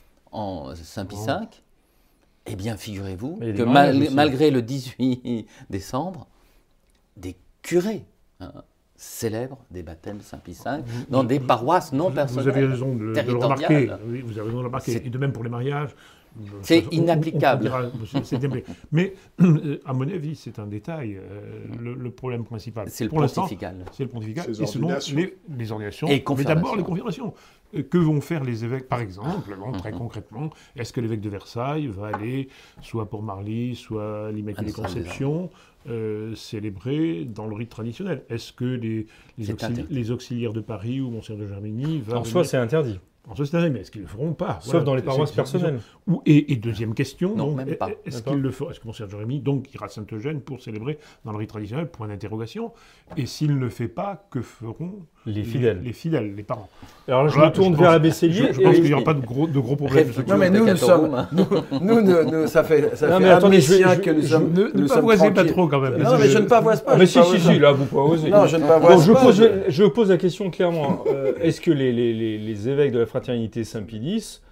en Saint-Pie Oh. cinq. Eh bien, figurez-vous Mais il y a des que mariages mal- aussi. malgré le dix-huit décembre, des curés hein, célèbrent des baptêmes Saint-Pie cinq dans des paroisses non Vous- personnelles. Vous avez raison de, le- de le territoriales. remarquer. Oui, vous avez raison de le remarquer. C'est- Et de même pour les mariages. C'est on- on- inapplicable. on dira- c'est- c'est déblé. Mais euh, à mon avis, c'est un détail. euh, le, le problème principal. C'est le pour l'instant, pontifical. c'est le pontifical. Ces Et sinon, ordinations. les, les ordinations. Et mais confirmations. d'abord les confirmations. Euh, Que vont faire les évêques, par exemple, bon, très concrètement? Est-ce que l'évêque de Versailles va aller, soit pour Marly, soit à l'Immaculée Ah, Notre-Dame des Conception, euh, célébrer dans le rite traditionnel? Est-ce que les, les, C'est auxili- interdit. les auxiliaires de Paris ou Monseigneur de Germigny va En soi, venir- c'est interdit. en soi, c'est interdit, mais est-ce qu'ils le feront pas? Sauf Voilà. dans les C'est- paroisses c'est- personnelles. Ou- et, et deuxième question, Non, donc, même pas. est-ce Même qu'il pas. le fera? Est-ce que Monseigneur Jérémie donc ira à Saint-Eugène pour célébrer dans le rite traditionnel? Point d'interrogation. Et s'il ne le fait pas, que feront Les fidèles. Les, fidèles, les parents. Alors là, je Voilà, me tourne je vers pense- l'abbé Je, Cellier. je pense et- qu'il n'y aura pas de gros, de gros problèmes de ce Réflexion. Non, mais nous, nous Pecatorum. sommes. Nous, nous, nous, ça fait, ça Non, fait mais un attendez, je vais- demi-siècle je- que nous je- sommes. Ne, que nous ne sommes pavoisez pas tranquilles. trop quand même. Non, mais je ne pavoise pas. Ah, mais je si, ne si, pavoise si, pas. là, vous pouvez oser. Non, je ne pavoise Donc, je, pas. pose, je- je pose la question clairement. Euh, Est-ce que les, les- les- les évêques de la fraternité Saint-Pie X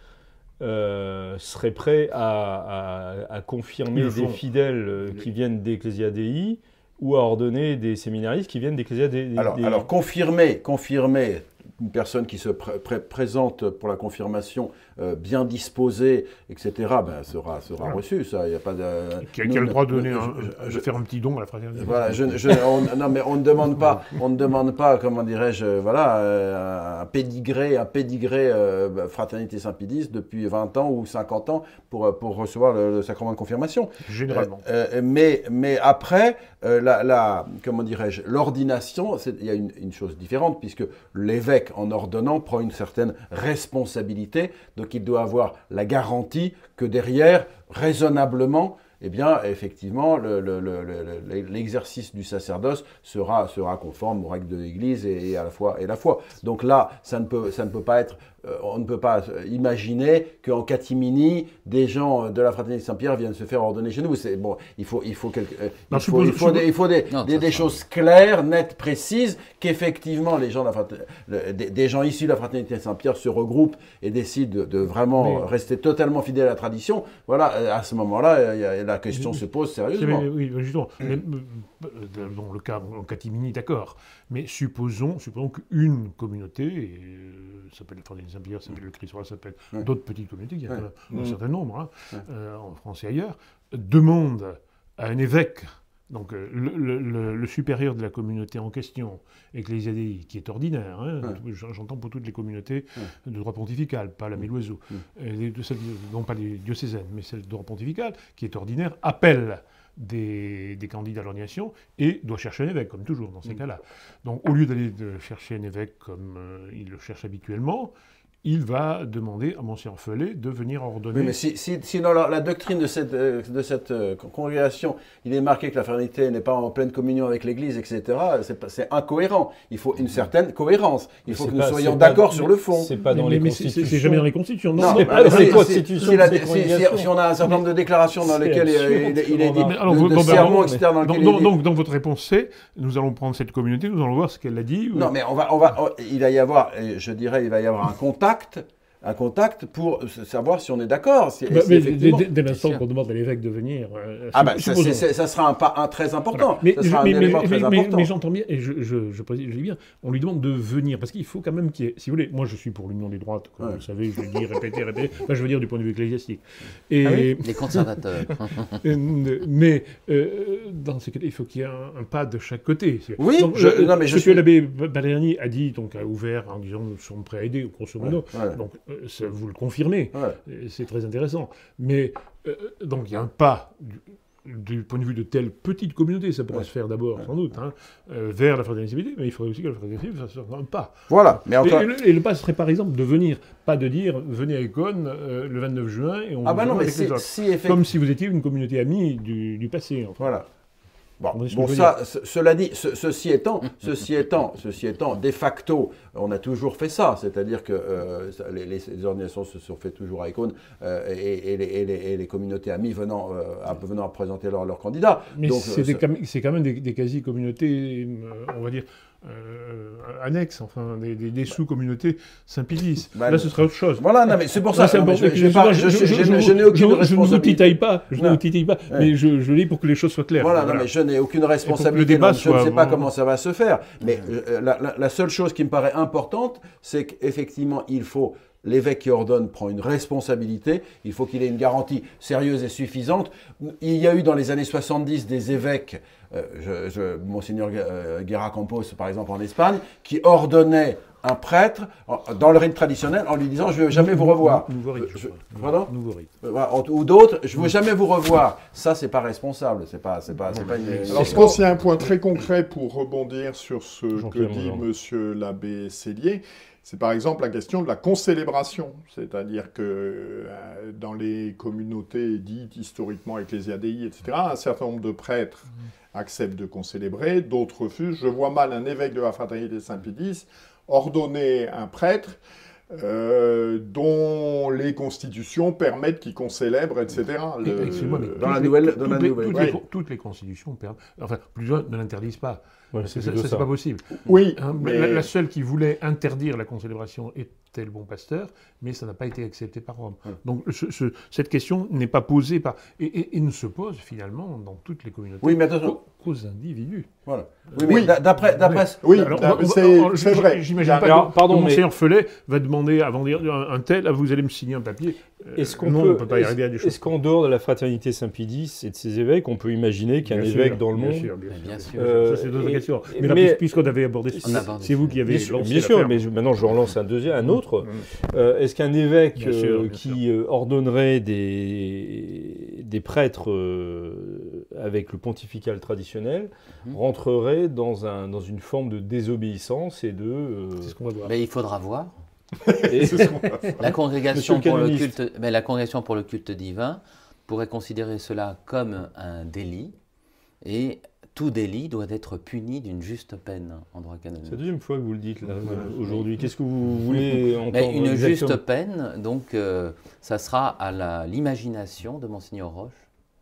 euh, seraient prêts à, à- à confirmer Ils le des font. fidèles euh, qui viennent d'Ecclesia Dei ou à ordonner des séminaristes qui viennent d'Ecclesia Dei? Alors, des- alors confirmer, confirmer une personne qui se pré- pré- présente pour la confirmation euh, bien disposée, et cetera, ben, sera, sera Voilà. reçue. Ça, il y a pas de. Qui a, nous, qui a le droit de nous, donner je- un- je- de faire un petit don à la fraternité. Voilà, je, je- on, non, mais on ne demande pas, on ne demande pas, comment dirais-je, euh, voilà, euh, un pédigré, un pédigré euh, fraternité Saint-Pie X depuis vingt ans ou cinquante ans pour, pour recevoir le, le sacrement de confirmation. Généralement. Euh, euh, mais, mais après, euh, la, la- comment dirais-je, l'ordination, c'est- il y a une, une chose différente, puisque l'évêque, en ordonnant, prend une certaine responsabilité, donc il doit avoir la garantie que derrière, raisonnablement, eh bien, effectivement, le, le, le, le, l'exercice du sacerdoce sera, sera conforme aux règles de l'Église et, et à la foi et la foi. Donc là, ça ne peut, ça ne peut pas être, euh, on ne peut pas imaginer qu'en catimini, des gens de la Fraternité Saint-Pierre viennent se faire ordonner chez nous. C'est, bon, il faut, il faut, quelque, euh, non, il, faut, il, faut des, il faut des, non, des, des choses claires, nettes, précises, qu'effectivement les gens, de la fraternité, le, des, des gens issus de la Fraternité Saint-Pierre se regroupent et décident de, de vraiment mais, rester totalement fidèles à la tradition. Voilà, à ce moment-là, il y a, la question mais, se pose sérieusement. Mais, oui, justement. Mais, dans le cas en catimini, d'accord. Mais supposons, supposons qu'une communauté, et, euh, ça s'appelle la Fraternité Saint-Pierre, ça s'appelle le Christ roi, ça s'appelle ouais. d'autres petites communautés, il y a ouais. un, un certain nombre, hein, ouais. euh, en France et ailleurs, demande à un évêque, donc euh, le, le, le, le supérieur de la communauté en question, ecclésiastique, qui est ordinaire, hein, ouais. j'entends pour toutes les communautés ouais. de droit pontifical, pas la Méloiseau, ouais. euh, non pas les diocésaines, mais celle de droit pontifical, qui est ordinaire, appelle Des, des candidats à l'ordination et doit chercher un évêque, comme toujours dans ces mmh. cas-là. Donc, au lieu d'aller de chercher un évêque comme euh, il le cherche habituellement, il va demander à Monseigneur Felet de venir ordonner. Oui, mais si, si, si dans la, la doctrine de cette, de cette euh, congrégation, il est marqué que la fraternité n'est pas en pleine communion avec l'Église, et cetera, c'est, c'est incohérent. Il faut une certaine cohérence. Il mais faut que nous pas, soyons d'accord pas, sur le fond. C'est pas dans mais, les mais constitutions. C'est, c'est jamais dans les constitutions. Non, non c'est pas dans les constitutions. Si, la, si, si, si on a un certain nombre de déclarations dans lesquelles il, il, il est dit, alors, de, de bon, sermons, et cetera, dans lesquels donc, il est donc, dit... donc, votre réponse, c'est, nous allons prendre cette communauté, nous allons voir ce qu'elle a dit. Non, mais on va, on va, il va y avoir, je dirais, il va y avoir un contact... un contact pour savoir si on est d'accord. Si, bah, si mais dès, dès l'instant qu'on demande à l'évêque de venir... Euh, ah ben, ça, c'est, c'est, ça sera un pas un très important. Voilà. Mais, ça sera mais, un mais, élément mais, très mais, important. Mais j'entends bien, et je, je, je, je, je dis bien, on lui demande de venir, parce qu'il faut quand même qu'il y ait... Si vous voulez, moi je suis pour l'union des droites, comme ouais. vous le savez, je le dis, répéter, répéter, enfin, je veux dire du point de vue ecclésiastique. Et... Ah oui, les conservateurs. mais euh, dans ces cas-là, il faut qu'il y ait un, un pas de chaque côté. Oui, donc, je, non, mais je ce suis... que l'abbé Balerni a dit, donc a ouvert en disant nous sommes prêts à aider, grosso modo, ouais, ouais. donc euh, ça, vous le confirmez, ouais. c'est très intéressant. Mais euh, donc il y a un pas du, du point de vue de telle petite communauté, ça pourrait ouais. se faire d'abord ouais. sans doute, hein, euh, vers la fraternité, mais il faudrait aussi que la fraternité fasse un pas. Voilà. Mais encore... et, et, le, et le pas serait par exemple de venir, pas de dire venez à Ecône euh, le vingt-neuf juin et on ah vous bah non, mais avec si, les autres. Si effect... Comme si vous étiez une communauté amie du, du passé. Enfin. Voilà. Bon, bon ça, ce, cela dit, ce, ceci étant, ceci étant, ceci étant, de facto, on a toujours fait ça, c'est-à-dire que euh, les, les ordinations se sont faites toujours à Ecône euh, et, et, les, et, les, et les communautés amies venant, euh, à, venant à présenter leurs leur candidats. Mais donc, c'est, euh, des, c'est quand même des, des quasi-communautés, euh, on va dire, Euh, annexes, enfin des, des, des sous-communautés Saint-Pédis. Bah, là, ce serait autre chose. Voilà, non, mais c'est pour ça. Là, c'est non, je, je, je, pas, je, je, je, je, je n'ai aucune je, responsabilité. Je ne vous titaille pas, je ne vous titaille pas, ouais. mais je, je lis pour que les choses soient claires. Voilà, voilà. Non, mais je n'ai aucune responsabilité. Donc, je ne sais pas bon. comment ça va se faire. Mais euh, la, la, la seule chose qui me paraît importante, c'est qu'effectivement, il faut. L'évêque qui ordonne prend une responsabilité, il faut qu'il ait une garantie sérieuse et suffisante. Il y a eu dans les années soixante-dix des évêques, euh, je, je, Monseigneur Guerra Campos par exemple en Espagne, qui ordonnaient un prêtre dans le rite traditionnel en lui disant « je ne veux jamais vous revoir ». Nouveau rite, je Pardon ? Nouveau rite. Ou d'autres « je ne veux jamais vous revoir ». Ça, c'est pas responsable, c'est pas, c'est pas, c'est pas une... Alors, je pense qu'il y a un point très concret pour rebondir sur ce que dit Monsieur l'abbé Sellier. C'est par exemple la question de la concélébration, c'est-à-dire que euh, dans les communautés dites historiquement ecclésiadéi, et cetera, un certain nombre de prêtres mmh. acceptent de concélébrer, d'autres refusent. Je vois mal un évêque de la Fraternité Saint-Pédis ordonner un prêtre euh, dont les constitutions permettent qu'il concélèbre, et cetera. Le, Excusez-moi, mais dans la nouvelle, dans la les, nouvelle, toutes, ouais. les, toutes les constitutions permettent, enfin, plusieurs ne l'interdisent pas. Ouais, c'est, c'est, ça, c'est pas possible. Oui, hein, mais... la, la seule qui voulait interdire la concélébration était le bon pasteur, mais ça n'a pas été accepté par Rome. Hum. Donc ce, ce, cette question n'est pas posée par... Et, et, et ne se pose finalement dans toutes les communautés oui, mais attention. qu'aux individus. Voilà. Oui, mais oui. d'après... d'après... Oui, alors, on, on, c'est, on, c'est vrai. J'imagine alors, pas alors, que, pardon, que Monseigneur mais... Felet va demander, avant de dire un, un tel, ah, vous allez me signer un papier. Est-ce qu'on non, peut, on peut pas y arriver à des choses. Est-ce qu'en dehors de la fraternité Saint-Pédis et de ses évêques, on peut imaginer qu'un bien évêque sûr, dans le monde... Bien sûr, bien, bien sûr. sûr. Euh, ça, c'est d'autres questions. Mais, là, mais puisqu'on avait abordé ce sujet, c'est vous qui avez bien lancé Bien sûr, l'affaire. mais je, maintenant je relance un deuxième, un autre. Mmh. Euh, est-ce qu'un évêque bien sûr, bien qui sûr. ordonnerait des, des prêtres euh, avec le pontifical traditionnel mmh. rentrerait dans, un, dans une forme de désobéissance et de... Euh... C'est ce qu'on va voir. Mais il faudra voir. Et la, congrégation pour le culte, mais la congrégation pour le culte divin pourrait considérer cela comme un délit, et tout délit doit être puni d'une juste peine en droit canonique. C'est la deuxième fois que vous le dites là, euh, aujourd'hui. Qu'est-ce que vous voulez entendre? Mais une exactement? juste peine, donc euh, ça sera à la- l'imagination de Monseigneur Roche.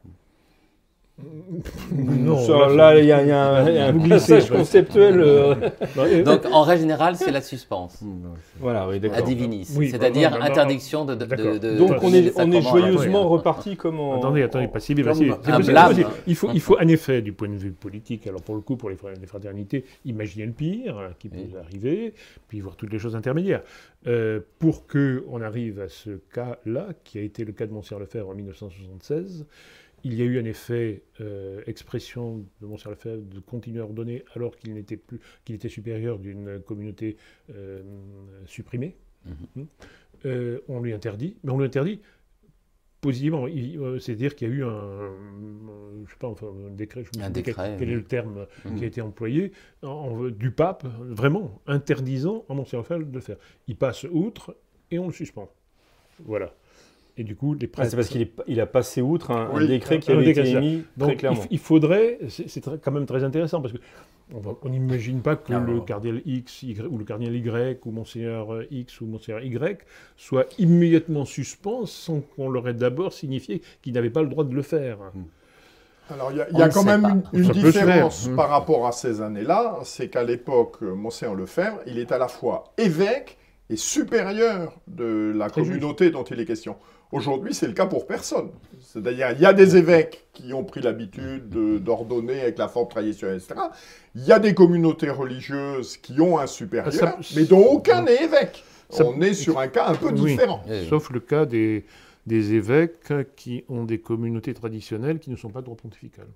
Non, Ça, là, là, il y a, il y a un, il y a un Vous passage glissez, conceptuel. euh, Donc en règle générale, c'est la suspense. Voilà, oui, À d'accord. divinis, Oui, c'est-à-dire non, non, non, interdiction de, de, d'accord. de, de- Donc on est, des on est sacrements. joyeusement Attendez, reparti comme en... Attendez, attendez, pas si vite, pas Comme si vite. C'est un possible, blâme. c'est possible. Il faut, il faut, en effet, du point de vue politique, alors pour le coup, pour les fra- les fraternités, imaginer le pire hein, qui peut Oui. arriver, puis voir toutes les choses intermédiaires. Euh, pour qu'on arrive à ce cas-là, qui a été le cas de Monseigneur Lefebvre en mille neuf cent soixante-seize, il y a eu en effet euh, expression de Monseigneur Lefebvre de continuer à ordonner alors qu'il n'était plus, qu'il était supérieur d'une communauté euh, supprimée. Mhm. Euh, on lui interdit, mais on lui interdit positivement. Il- euh, C'est-à-dire qu'il y a eu un, euh, je sais pas, enfin, un décret, je me Un souviens quel, décret, quel oui. est le terme Mhm. qui a été employé en- en- du pape, vraiment interdisant à Monseigneur Lefebvre de le faire. Il passe outre et on le suspend. Voilà. Et du coup, les Ah, prêtres... c'est parce qu'il est- il a passé outre un, un Oui, décret qui un avait décret, été ça. émis Donc, très clairement. il, il faudrait, c'est c'est très- quand même très intéressant parce que on va- on n'imagine pas que Ah, le bon. cardinal X Y, ou le cardinal Y ou Monseigneur euh, X ou Monseigneur Y soit immédiatement suspens sans qu'on leur ait d'abord signifié qu'ils n'avaient pas le droit de le faire. Alors, il y a, il On y a ne quand sait même pas. une, une Ça peut se faire. différence Mm. par rapport à ces années-là, c'est qu'à l'époque, euh, Monseigneur Lefebvre, il est à la fois évêque et supérieur de la Très communauté dont il est question. Aujourd'hui, c'est le cas pour personne. C'est-à-dire, il y a des évêques qui ont pris l'habitude de- d'ordonner avec la forme traditionnelle, et cetera. Il y a des communautés religieuses qui ont un supérieur, Ça- mais dont aucun n'est évêque. Ça- On est sur un cas un peu Oui. différent. Oui. Sauf le cas des, des évêques qui ont des communautés traditionnelles qui ne sont pas de droit pontifical.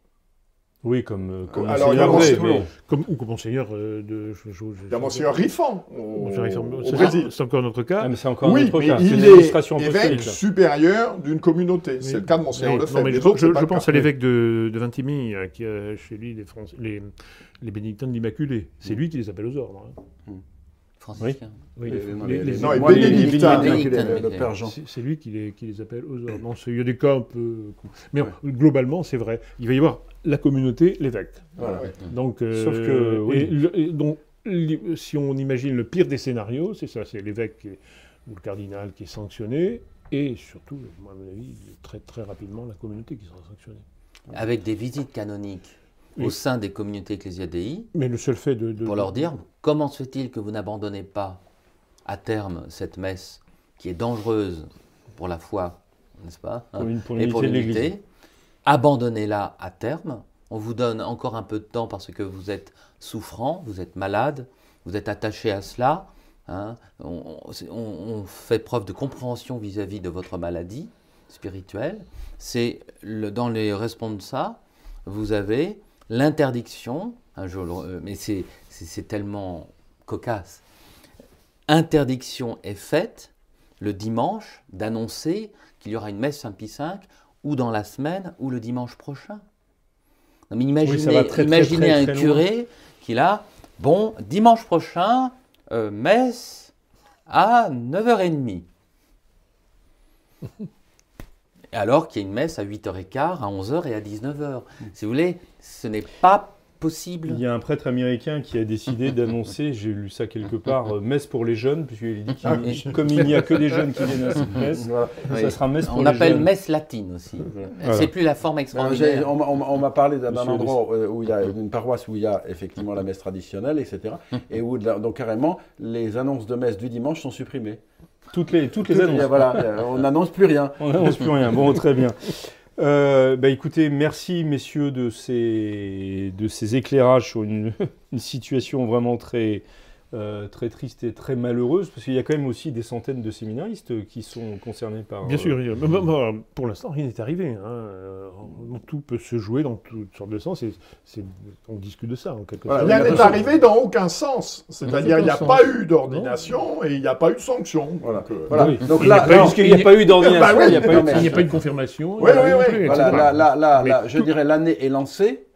Oui, comme, euh, comme Alors, il y a Monseigneur Monseigneur- Gray, Comme, ou comme Monseigneur euh, de... Je, je- je- Il y a Monseigneur Riffan au, Monseigneur Riffan. au C'est- Brésil. C'est encore notre mais- cas. Ah, mais c'est encore un Oui, autre mais cas. C'est il l'administration est apostolique. évêque ça. supérieur d'une communauté. C'est Oui. le cas de Monseigneur Oui. Lefebvre. Non, mais Les je, autres, je- c'est pas je le pense cas. à l'évêque de, de Vintimille, hein, qui a chez lui les, Franc- les, les bénédictins de l'Immaculée. C'est lui qui les appelle aux ordres. hein. Franciscain. Oui, Les- les- non, les- les- les- Non, et moi, les bénédictins. bénédictins, Bénédictins, le- le père Jean. c'est c'est lui qui les, qui les appelle aux ordres. Non, c'est- il y a des cas un peu... Mais globalement, c'est vrai. Il va y avoir la communauté, l'évêque. Voilà. Donc, euh, Sauf que, oui. et le- et donc, li- si on imagine le pire des scénarios, c'est ça, c'est l'évêque qui est- ou le cardinal qui est sanctionné, et surtout, à mon avis, très, très rapidement, la communauté qui sera sanctionnée. Avec des visites canoniques Oui. au sein des communautés ecclésiadéi, Mais le seul fait de... de- pour leur dire comment se fait-il que vous n'abandonnez pas à terme cette messe qui est dangereuse pour la foi, n'est-ce pas hein, Pour l'uni- pour et pour l'unité de l'Église. l'unité, abandonnez-la à terme. On vous donne encore un peu de temps parce que vous êtes souffrant, vous êtes malade, vous êtes attaché à cela. hein. On, on- on fait preuve de compréhension vis-à-vis de votre maladie spirituelle. C'est le- dans les responsa, vous avez l'interdiction, un jour, euh, mais c'est, c'est, c'est tellement cocasse. Interdiction est faite le dimanche d'annoncer qu'il y aura une messe Saint-Pie cinq ou dans la semaine ou le dimanche prochain. Non, mais imaginez, Oui, ça va très, très, imaginez très, un très loin. curé qui a, bon, dimanche prochain, euh, messe à neuf heures trente. Alors qu'il y a une messe à huit heures quinze, à onze heures et à dix-neuf heures. Si vous voulez, ce n'est pas possible. Il y a un prêtre américain qui a décidé d'annoncer, j'ai lu ça quelque part, euh, messe pour les jeunes, puisqu'il dit Ah que comme il n'y a que des jeunes qui viennent à cette messe, Voilà. Oui. ça sera messe pour On les appelle jeunes. messe latine aussi. Voilà. C'est plus la forme Alors, extraordinaire. j'ai- on m'a- on m'a- on m'a parlé d'un d'un Monsieur endroit euh, où il y a une paroisse où il y a effectivement la messe traditionnelle, et cetera. Et où, de la- donc carrément, les annonces de messe du dimanche sont supprimées. Toutes les, toutes les Tout- annonces. Voilà, euh, on n'annonce plus rien. On n'annonce plus rien. Bon, très bien. Euh, bah, écoutez, merci messieurs de ces, de ces éclairages sur une, une situation vraiment très, euh, très triste et très malheureuse, parce qu'il y a quand même aussi des centaines de séminaristes qui sont concernés par... Bien euh, sûr, mais, mais, mais, pour l'instant, rien n'est arrivé. Hein. Euh, Tout peut se jouer dans toutes sortes de sens. Et c'est- on discute de ça, en quelque Voilà, sorte. Rien oui, n'est la- arrivé dans aucun sens. C'est-à-dire, il n'y a aucun pas sens. eu d'ordination et il n'y a pas eu de sanction. Voilà. Donc, euh, Voilà. oui. Donc Il là, n'y a pas eu là, de- Puisqu'il n'y a pas eu d'ordination, Bah oui, il n'y a pas non, eu... mais- Il n'y a pas eu de confirmation. Oui, il n'y a oui, pas eu oui. non plus, voilà, et cetera. là, là, là, Mais là, je tout- dirais l'année est lancée.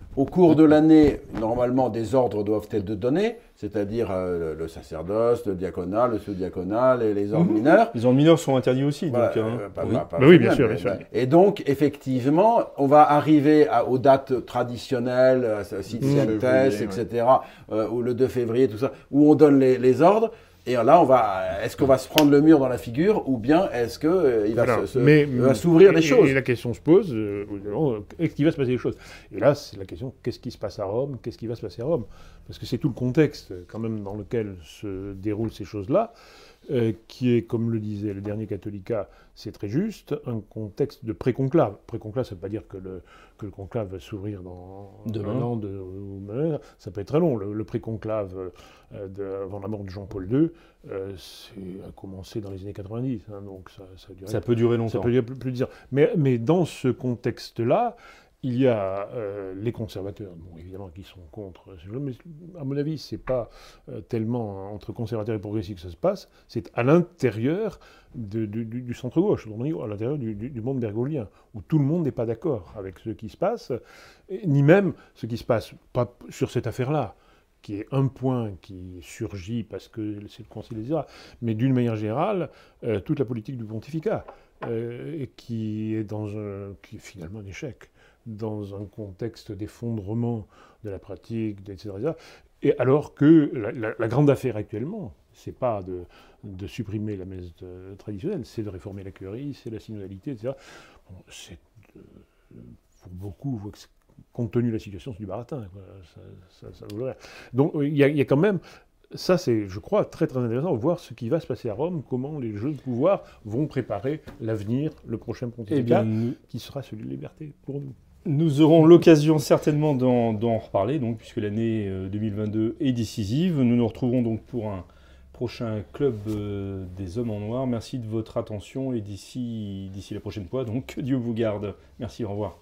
Au cours de l'année, normalement, des ordres doivent être donnés, c'est-à-dire euh, le, le sacerdoce, le diaconat, le sous-diaconat, et les ordres mmh. mineurs. Les ordres mineurs sont interdits aussi. Voilà, donc, hein. euh, pas, oui, pas, pas bah oui bien même, sûr, mais, bien sûr. Et donc, effectivement, on va arriver à, aux dates traditionnelles, à Sitientes, mmh. et cetera, ouais. euh, ou le deux février, tout ça, où on donne les, les ordres. Et là, on va, est-ce qu'on va se prendre le mur dans la figure ou bien est-ce qu'il euh, va, Alors, se, mais, va s'ouvrir des et, choses Et la question se pose, euh, est-ce qu'il va se passer des choses? Et là, c'est la question, qu'est-ce qui se passe à Rome? Qu'est-ce qui va se passer à Rome? Parce que c'est tout le contexte quand même dans lequel se déroulent ces choses-là, euh, qui est, comme le disait le dernier Catholica, c'est très juste, un contexte de pré-conclave. Pré-conclave, ça ne veut pas dire que le, que le conclave va s'ouvrir dans un an, de, ou, ça peut être très long. Le, le pré-conclave euh, de, avant la mort de Jean-Paul deux, euh, c'est a commencé dans les années quatre-vingt-dix, hein, donc ça, ça, a duré, ça peut durer longtemps. Ça peut durer plus, plus de dix ans. Mais, mais dans ce contexte-là, il y a euh, les conservateurs, bon, évidemment, qui sont contre. Mais à mon avis, c'est pas euh, tellement entre conservateurs et progressistes que ça se passe, c'est à l'intérieur de, de, du, du centre-gauche, à l'intérieur du, du, du monde bergolien, où tout le monde n'est pas d'accord avec ce qui se passe, ni même ce qui se passe, pas sur cette affaire-là, qui est un point qui surgit parce que c'est le Concile des États, mais d'une manière générale, euh, toute la politique du pontificat, euh, qui est dans un, qui est finalement un échec, dans un contexte d'effondrement de la pratique, et cetera, et cetera. Et alors que la, la, la grande affaire actuellement, c'est pas de, de supprimer la messe de, traditionnelle, c'est de réformer la curie, c'est la synodalité, et cetera. Bon, c'est, euh, pour beaucoup, compte tenu de la situation, c'est du baratin. Quoi. Ça, ça, ça vaut rien. Donc il y, y a quand même... Ça, c'est, je crois, très très intéressant de voir ce qui va se passer à Rome, comment les jeux de pouvoir vont préparer l'avenir, le prochain pontificat, nous... qui sera celui de liberté pour nous. Nous aurons l'occasion certainement d'en, d'en reparler, donc, puisque l'année deux mille vingt-deux est décisive. Nous nous retrouvons donc pour un prochain club euh, des hommes en noir. Merci de votre attention et d'ici, d'ici la prochaine fois, donc que Dieu vous garde. Merci, au revoir.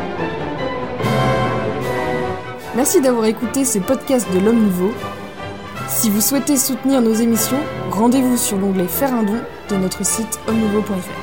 Merci d'avoir écouté ce podcast de l'Homme Nouveau. Si vous souhaitez soutenir nos émissions, rendez-vous sur l'onglet Faire un don de notre site homme nouveau point f r.